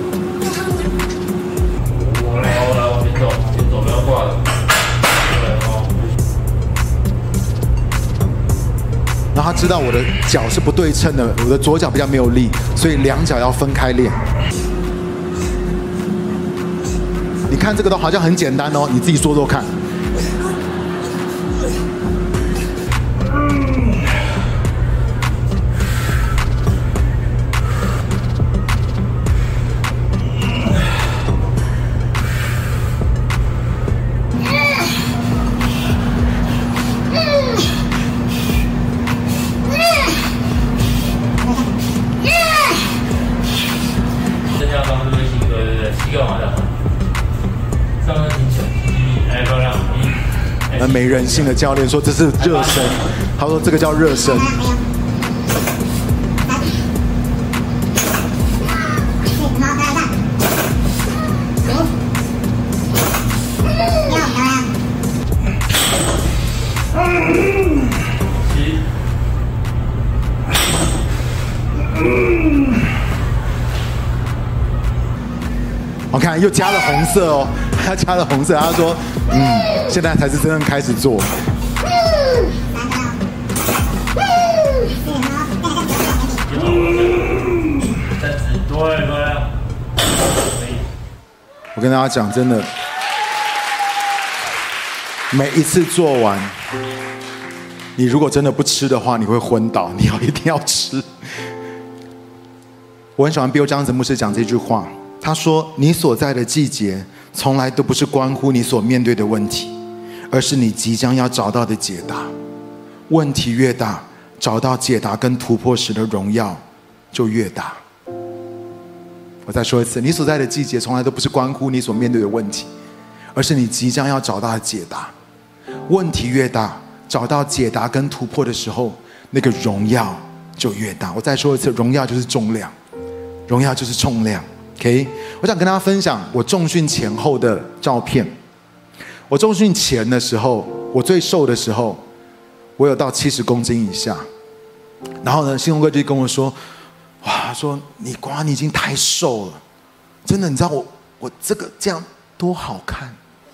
然后他知道我的脚是不对称的，我的左脚比较没有力，所以两脚要分开练。你看这个都好像很简单哦，你自己做做看。没人性的教练说这是热身，他说这个叫热身。我看又加了红色哦，他加了红色，他说嗯，现在才是真正开始做。我跟大家讲，真的，每一次做完，你如果真的不吃的话，你会昏倒，你要一定要吃。我很喜欢 Bill Johnson 牧师讲这句话，他说：“你所在的季节，从来都不是关乎你所面对的问题，而是你即将要找到的解答。” 问题越大，找到解答跟突破时的荣耀就越大。我再说一次，你所在的季节从来都不是关乎你所面对的问题，而是你即将要找到的解答。问题越大，找到解答跟突破的时候，那个荣耀就越大。我再说一次，荣耀就是重量，荣耀就是重量。OK， 我想跟大家分享我重训前后的照片。我重训前的时候，我最瘦的时候，我有到七十公斤以下。然后呢，信宏哥就跟我说：“哇，说你瓜，你已经太瘦了，真的，你知道我我这个这样多好看。”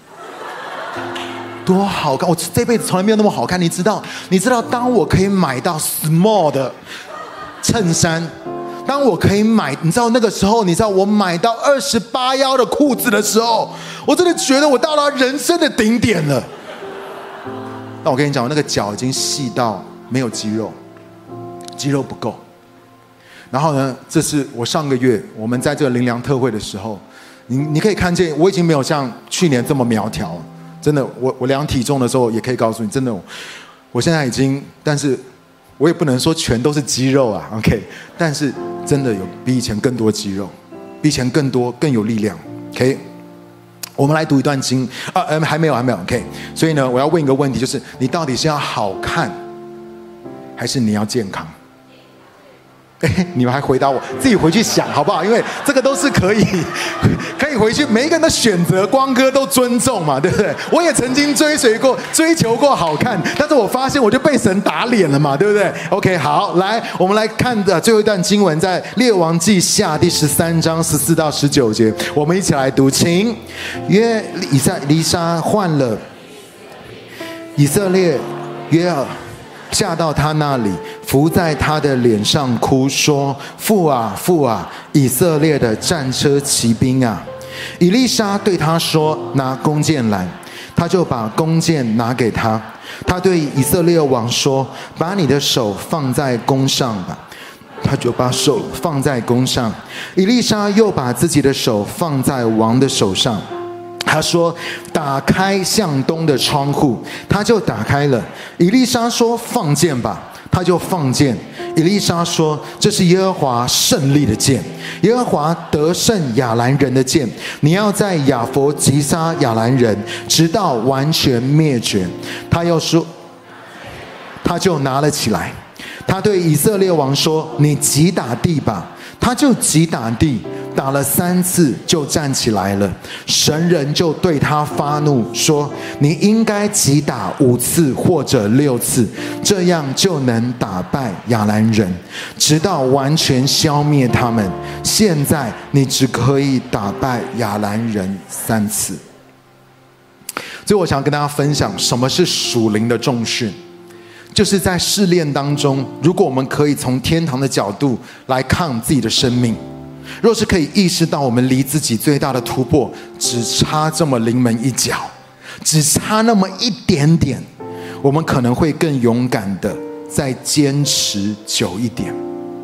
多好看！我这辈子从来没有那么好看。你知道，你知道，当我可以买到 small 的衬衫，当我可以买，你知道那个时候，你知道我买到二十八腰的裤子的时候，我真的觉得我到了人生的顶点了。那我跟你讲，我那个脚已经细到没有肌肉，肌肉不够。然后呢，这是我上个月我们在这个灵粮特会的时候，你你可以看见，我已经没有像去年这么苗条。真的，我我量体重的时候也可以告诉你，真的，我现在已经，但是我也不能说全都是肌肉啊 ，OK， 但是真的有比以前更多肌肉，比以前更多更有力量 ，OK。我们来读一段经啊，呃，还没有，还没有 ，OK。所以呢，我要问一个问题，就是你到底是要好看，还是你要健康？哎，你们还回答我，自己回去想好不好？因为这个都是可以，可以回去每一个人的选择，光哥都尊重嘛，对不对？我也曾经追随过、追求过好看，但是我发现我就被神打脸了嘛，对不对 ？OK， 好，来，我们来看的最后一段经文，在列王记下第十三章十四到十九节，我们一起来读，请。约以撒黎莎换了以色列约尔。下到他那里，伏在他的脸上哭说：“父啊，父啊，以色列的战车骑兵啊！”以利沙对他说：“拿弓箭来。”他就把弓箭拿给他。他对以色列王说：“把你的手放在弓上吧。”他就把手放在弓上。以利沙又把自己的手放在王的手上。他说：“打开向东的窗户。”他就打开了。以利沙说：“放箭吧。”他就放箭。以利沙说：“这是耶和华胜利的箭，耶和华得胜亚兰人的箭。你要在亚佛击杀亚兰人，直到完全灭绝。”他又说，他就拿了起来。他对以色列王说：“你击打地吧。”他就击打地，打了三次就站起来了。神人就对他发怒说：“你应该击打五次或者六次，这样就能打败亚兰人，直到完全消灭他们。现在你只可以打败亚兰人三次。”所以我想跟大家分享什么是属灵的重训，就是在试炼当中，如果我们可以从天堂的角度来看自己的生命，若是可以意识到我们离自己最大的突破只差这么临门一脚，只差那么一点点，我们可能会更勇敢的再坚持久一点。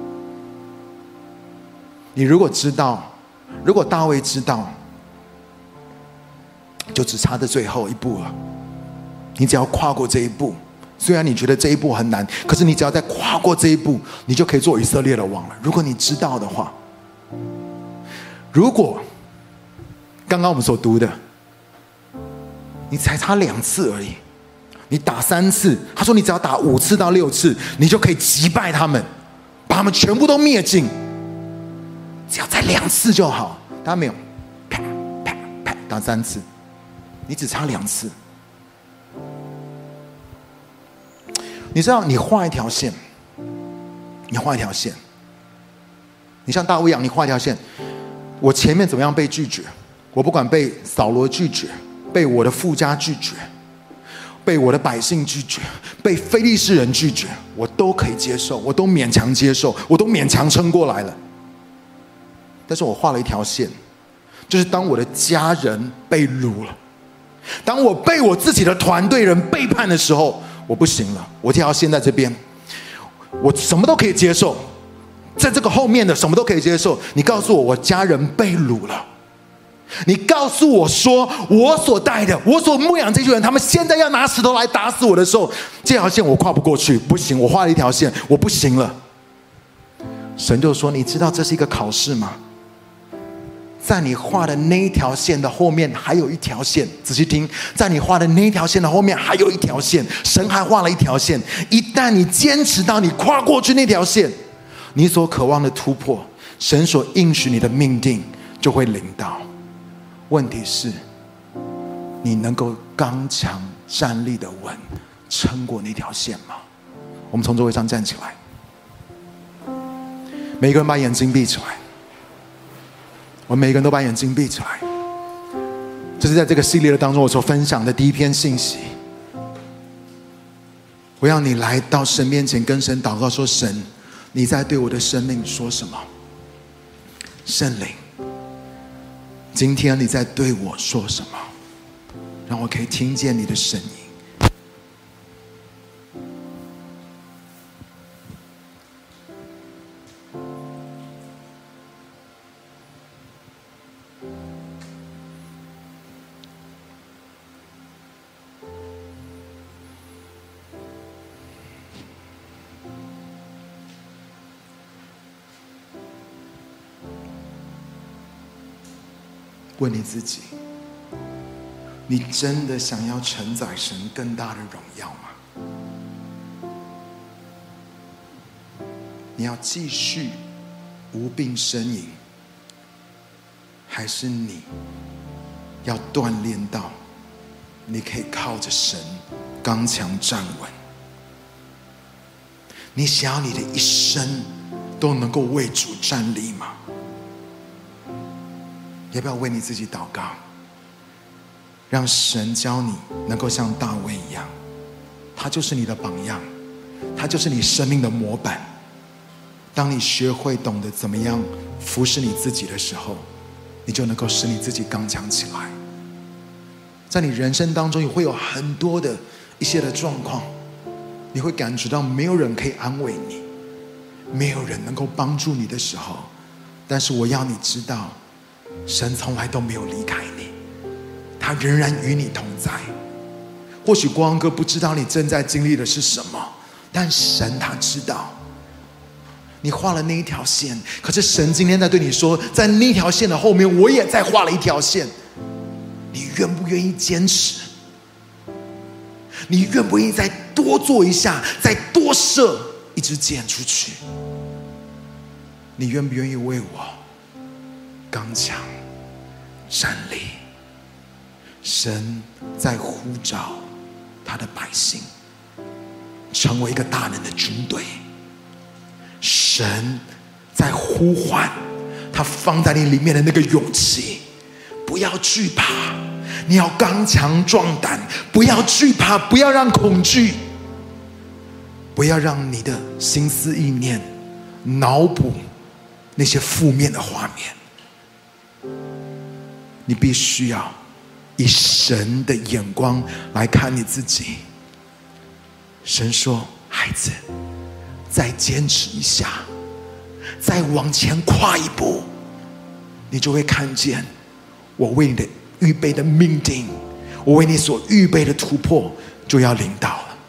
你如果知道，如果大卫知道，就只差这最后一步了。你只要跨过这一步，虽然你觉得这一步很难，可是你只要再跨过这一步，你就可以做以色列的王了。如果你知道的话，如果刚刚我们所读的，你才差两次而已，你打三次，他说你只要打五次到六次，你就可以击败他们，把他们全部都灭尽。只要再两次就好，大家没有，啪啪啪打三次，你只差两次。你知道，你画一条线，你画一条线，你像大卫一样，你画一条线。我前面怎么样被拒绝？我不管被扫罗拒绝，被我的父家拒绝，被我的百姓拒绝，被非利士人拒绝，我都可以接受，我都勉强接受，我都勉强撑过来了。但是我画了一条线，就是当我的家人被掳了，当我被我自己的团队人背叛的时候，我不行了，我这条线在这边，我什么都可以接受，在这个后面的什么都可以接受。你告诉我，我家人被掳了， 你告诉我说，我所带的，我所牧养这群人，他们现在要拿石头来打死我的时候，这条线我跨不过去，不行，我画了一条线，我不行了。神就说，你知道这是一个考试吗？在你画的那一条线的后面还有一条线，仔细听，在你画的那一条线的后面还有一条线，神还画了一条线。一旦你坚持到你跨过去那条线，你所渴望的突破，神所应许你的命定就会临到。问题是，你能够刚强站立的稳，撑过那条线吗？我们从座位上站起来，每个人把眼睛闭起来。我们每个人都把眼睛闭起来。这是在这个系列的当中我所分享的第一篇信息。我要你来到神面前，跟神祷告说，神，你在对我的生命说什么？圣灵，今天你在对我说什么？让我可以听见你的声音。问你自己，你真的想要承载神更大的荣耀吗？你要继续无病呻吟，还是你要锻炼到你可以靠着神刚强站稳？你想要你的一生都能够为主站立吗？要不要为你自己祷告，让神教你能够像大卫一样，他就是你的榜样，他就是你生命的模板。当你学会懂得怎么样服侍你自己的时候，你就能够使你自己刚强起来。在你人生当中也会有很多的一些的状况，你会感觉到没有人可以安慰你，没有人能够帮助你的时候，但是我要你知道，神从来都没有离开你，他仍然与你同在。或许国王哥不知道你正在经历的是什么，但神他知道。你画了那一条线，可是神今天在对你说，在那条线的后面我也在画了一条线。你愿不愿意坚持？你愿不愿意再多做一下，再多射一支箭出去？你愿不愿意为我刚强站立？神在呼召他的百姓成为一个大能的军队。神在呼唤他放在你里面的那个勇气，不要惧怕，你要刚强壮胆，不要惧怕，不要让恐惧，不要让你的心思意念脑补那些负面的画面。你必须要以神的眼光来看你自己。神说，孩子，再坚持一下，再往前跨一步，你就会看见我为你的预备的命定，我为你所预备的突破就要临到了。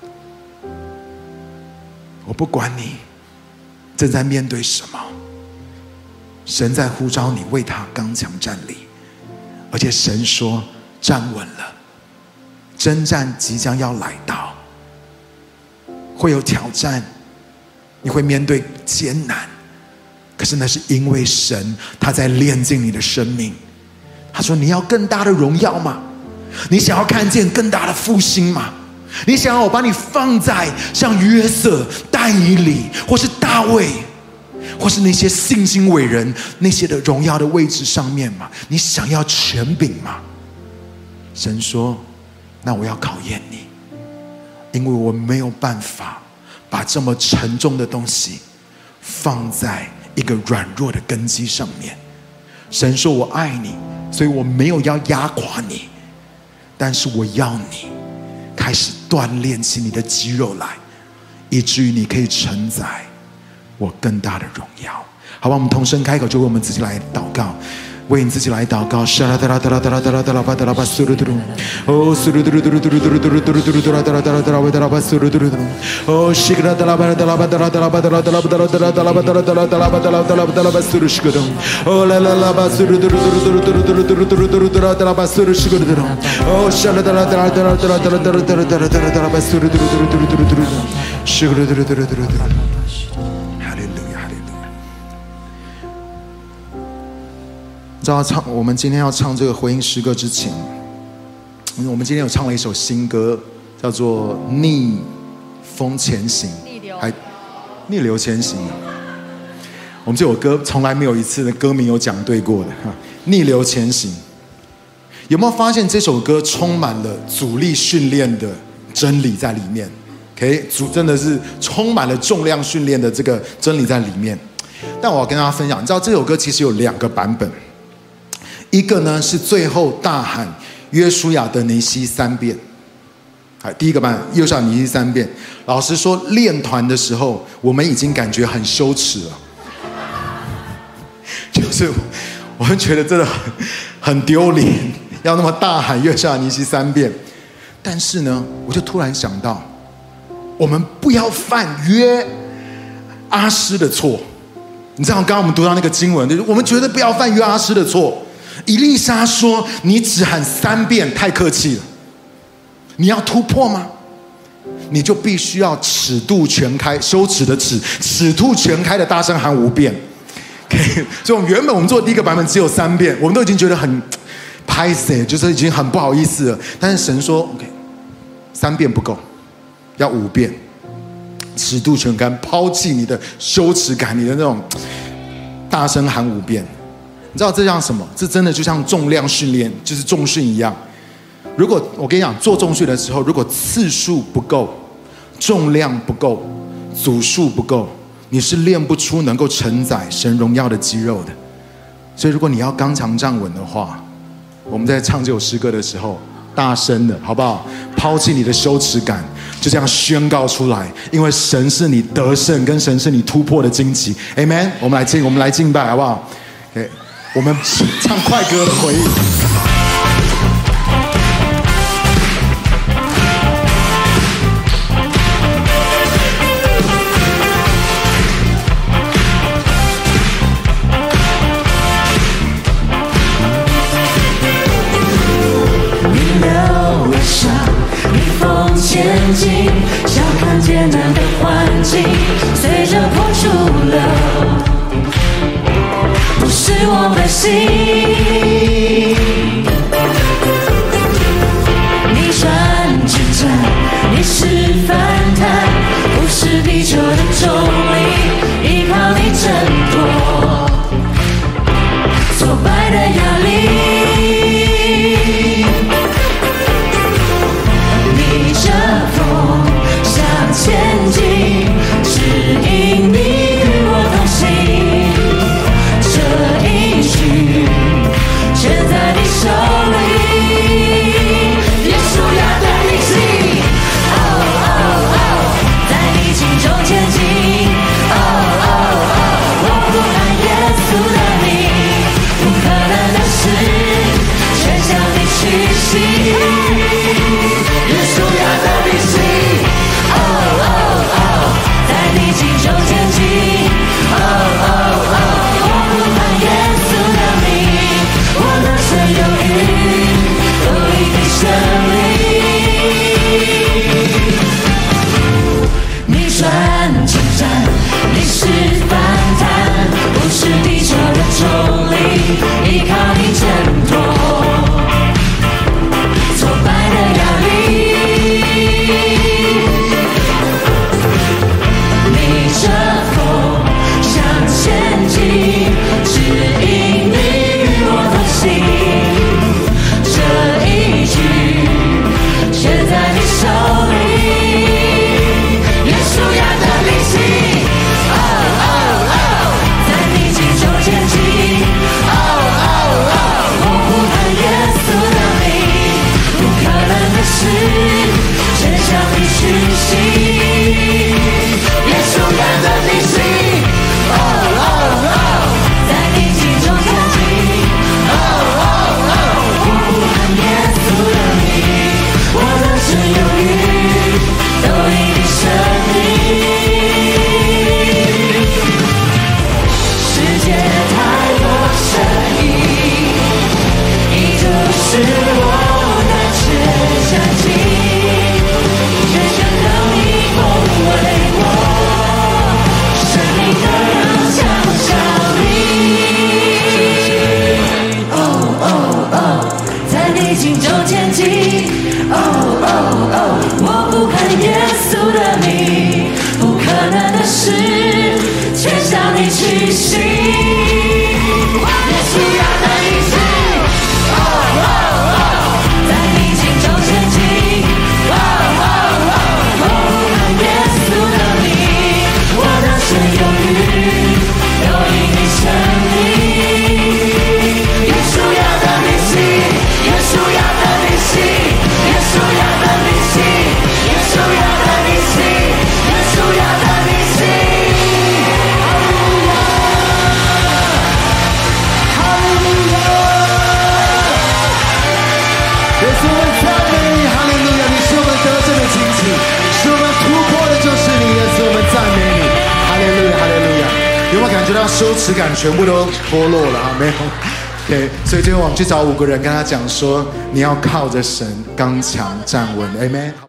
我不管你正在面对什么，神在呼召你为他刚强站立。而且神说，站稳了，征战即将要来到，会有挑战，你会面对艰难，可是那是因为神他在炼净你的生命。他说，你要更大的荣耀吗？你想要看见更大的复兴吗？你想要我把你放在像约瑟、但以理，或是大卫，或是那些信心伟人那些的荣耀的位置上面吗？你想要权柄吗？神说，那我要考验你，因为我没有办法把这么沉重的东西放在一个软弱的根基上面。神说，我爱你，所以我没有要压垮你，但是我要你开始锻炼起你的肌肉来，以至于你可以承载我更大的荣耀。好吧，我们同声开口，就为我们自己来祷告。 为你自己来祷告。沙拉达拉达拉达拉达拉达拉巴达拉巴苏鲁嘟鲁，哦苏鲁嘟鲁嘟鲁嘟鲁嘟鲁嘟鲁嘟鲁嘟鲁嘟拉达拉达拉达拉巴达拉巴苏鲁嘟鲁嘟鲁，哦西格拉达拉巴达拉巴达拉达拉巴达拉达拉巴达拉达拉达拉巴达拉达拉达拉巴达拉达拉巴达拉巴苏鲁西格东，哦啦啦啦巴苏鲁嘟鲁嘟鲁嘟鲁嘟鲁嘟鲁嘟鲁嘟鲁嘟鲁嘟拉达拉巴苏鲁西格东，哦沙拉达拉达拉达拉达拉达拉达拉达拉达拉达拉达拉巴苏鲁嘟鲁嘟鲁嘟鲁嘟鲁嘟鲁，西格嘟鲁嘟鲁嘟鲁嘟鲁。知道唱我们今天要唱这个回应诗歌之前，我们今天有唱了一首新歌，叫做《逆风前行》， 逆流还逆流前行。我们这首歌从来没有一次的歌名有讲对过的，逆流前行。有没有发现这首歌充满了阻力训练的真理在里面 ？OK， 主真的是充满了重量训练的这个真理在里面。但我要跟大家分享，你知道这首歌其实有两个版本。一个呢是最后大喊约书亚的尼西三遍，第一个版约书亚尼西三遍。老实说，练团的时候我们已经感觉很羞耻了，就是我们觉得真的很很丢脸，要那么大喊约书亚尼西三遍。但是呢，我就突然想到，我们不要犯约阿施的错。你知道刚刚我们读到那个经文，就是我们绝对不要犯约阿施的错。以利沙说：“你只喊三遍，太客气了。你要突破吗？你就必须要尺度全开，羞耻的尺，尺度全开的大声喊五遍。Okay， 所以我们原本我们做的第一个版本只有三遍，我们都已经觉得很拍死，就是已经很不好意思了。但是神说 ：‘OK， 三遍不够，要五遍，尺度全开，抛弃你的羞耻感，你的那种大声喊五遍。’你知道这像什么？这真的就像重量训练，就是重训一样。如果我跟你讲，做重训的时候，如果次数不够，重量不够，组数不够，你是练不出能够承载神荣耀的肌肉的。所以，如果你要刚强站稳的话，我们在唱这首诗歌的时候，大声的，好不好？抛弃你的羞耻感，就这样宣告出来。因为神是你得胜，跟神是你突破的荆棘。Amen。我们来敬，我们来敬拜，好不好 ？OK。我们唱快歌的回应。 逆流而上，逆风前进，想看艰难的环境，随着波逐流。不是我的心，你转挣扎，你是反弹，不是地球的重力，依靠你挣脱挫败的压力，逆着风向前进，指引你与我同行。全在你手里，耶稣亚的力气，哦哦哦，在逆境中前进，哦哦哦，我呼喊耶稣的名，不可能的事，全向你屈膝，耶稣亚的力气，哦哦哦，在逆境中前进，哦哦哦，我呼喊耶稣的名。我的神有雨，有一滴胜利。你转征战，你是反弹，不是地球的重力，依靠你挣脱挫败的压力。逆着风向前进，指引你。这一句全在你手里，耶稣亚的力气，哦哦哦，在逆境中前进，哦哦哦，我呼喊耶稣的名，不可能的事，全向你屈膝，耶稣亚的力能的事，全向你去行。耶稣要带你去，哦哦哦，在逆境中前进，哦哦哦，奉耶稣的名，我的神有余，有因你生命。耶稣要带你去，耶稣要带你去，耶稣要带你去，耶稣要带你去，耶稣要带你去。 耶稣，我们赞美你，哈利路亚！你是我们得胜的荆棘，是我们突破的，就是你，耶稣，我们赞美你，哈利路亚，哈利路亚！有没有感觉到羞耻感全部都脱落了啊？没有。对，所以最后我们去找五个人，跟他讲说，你要靠着神刚强站稳 ，Amen。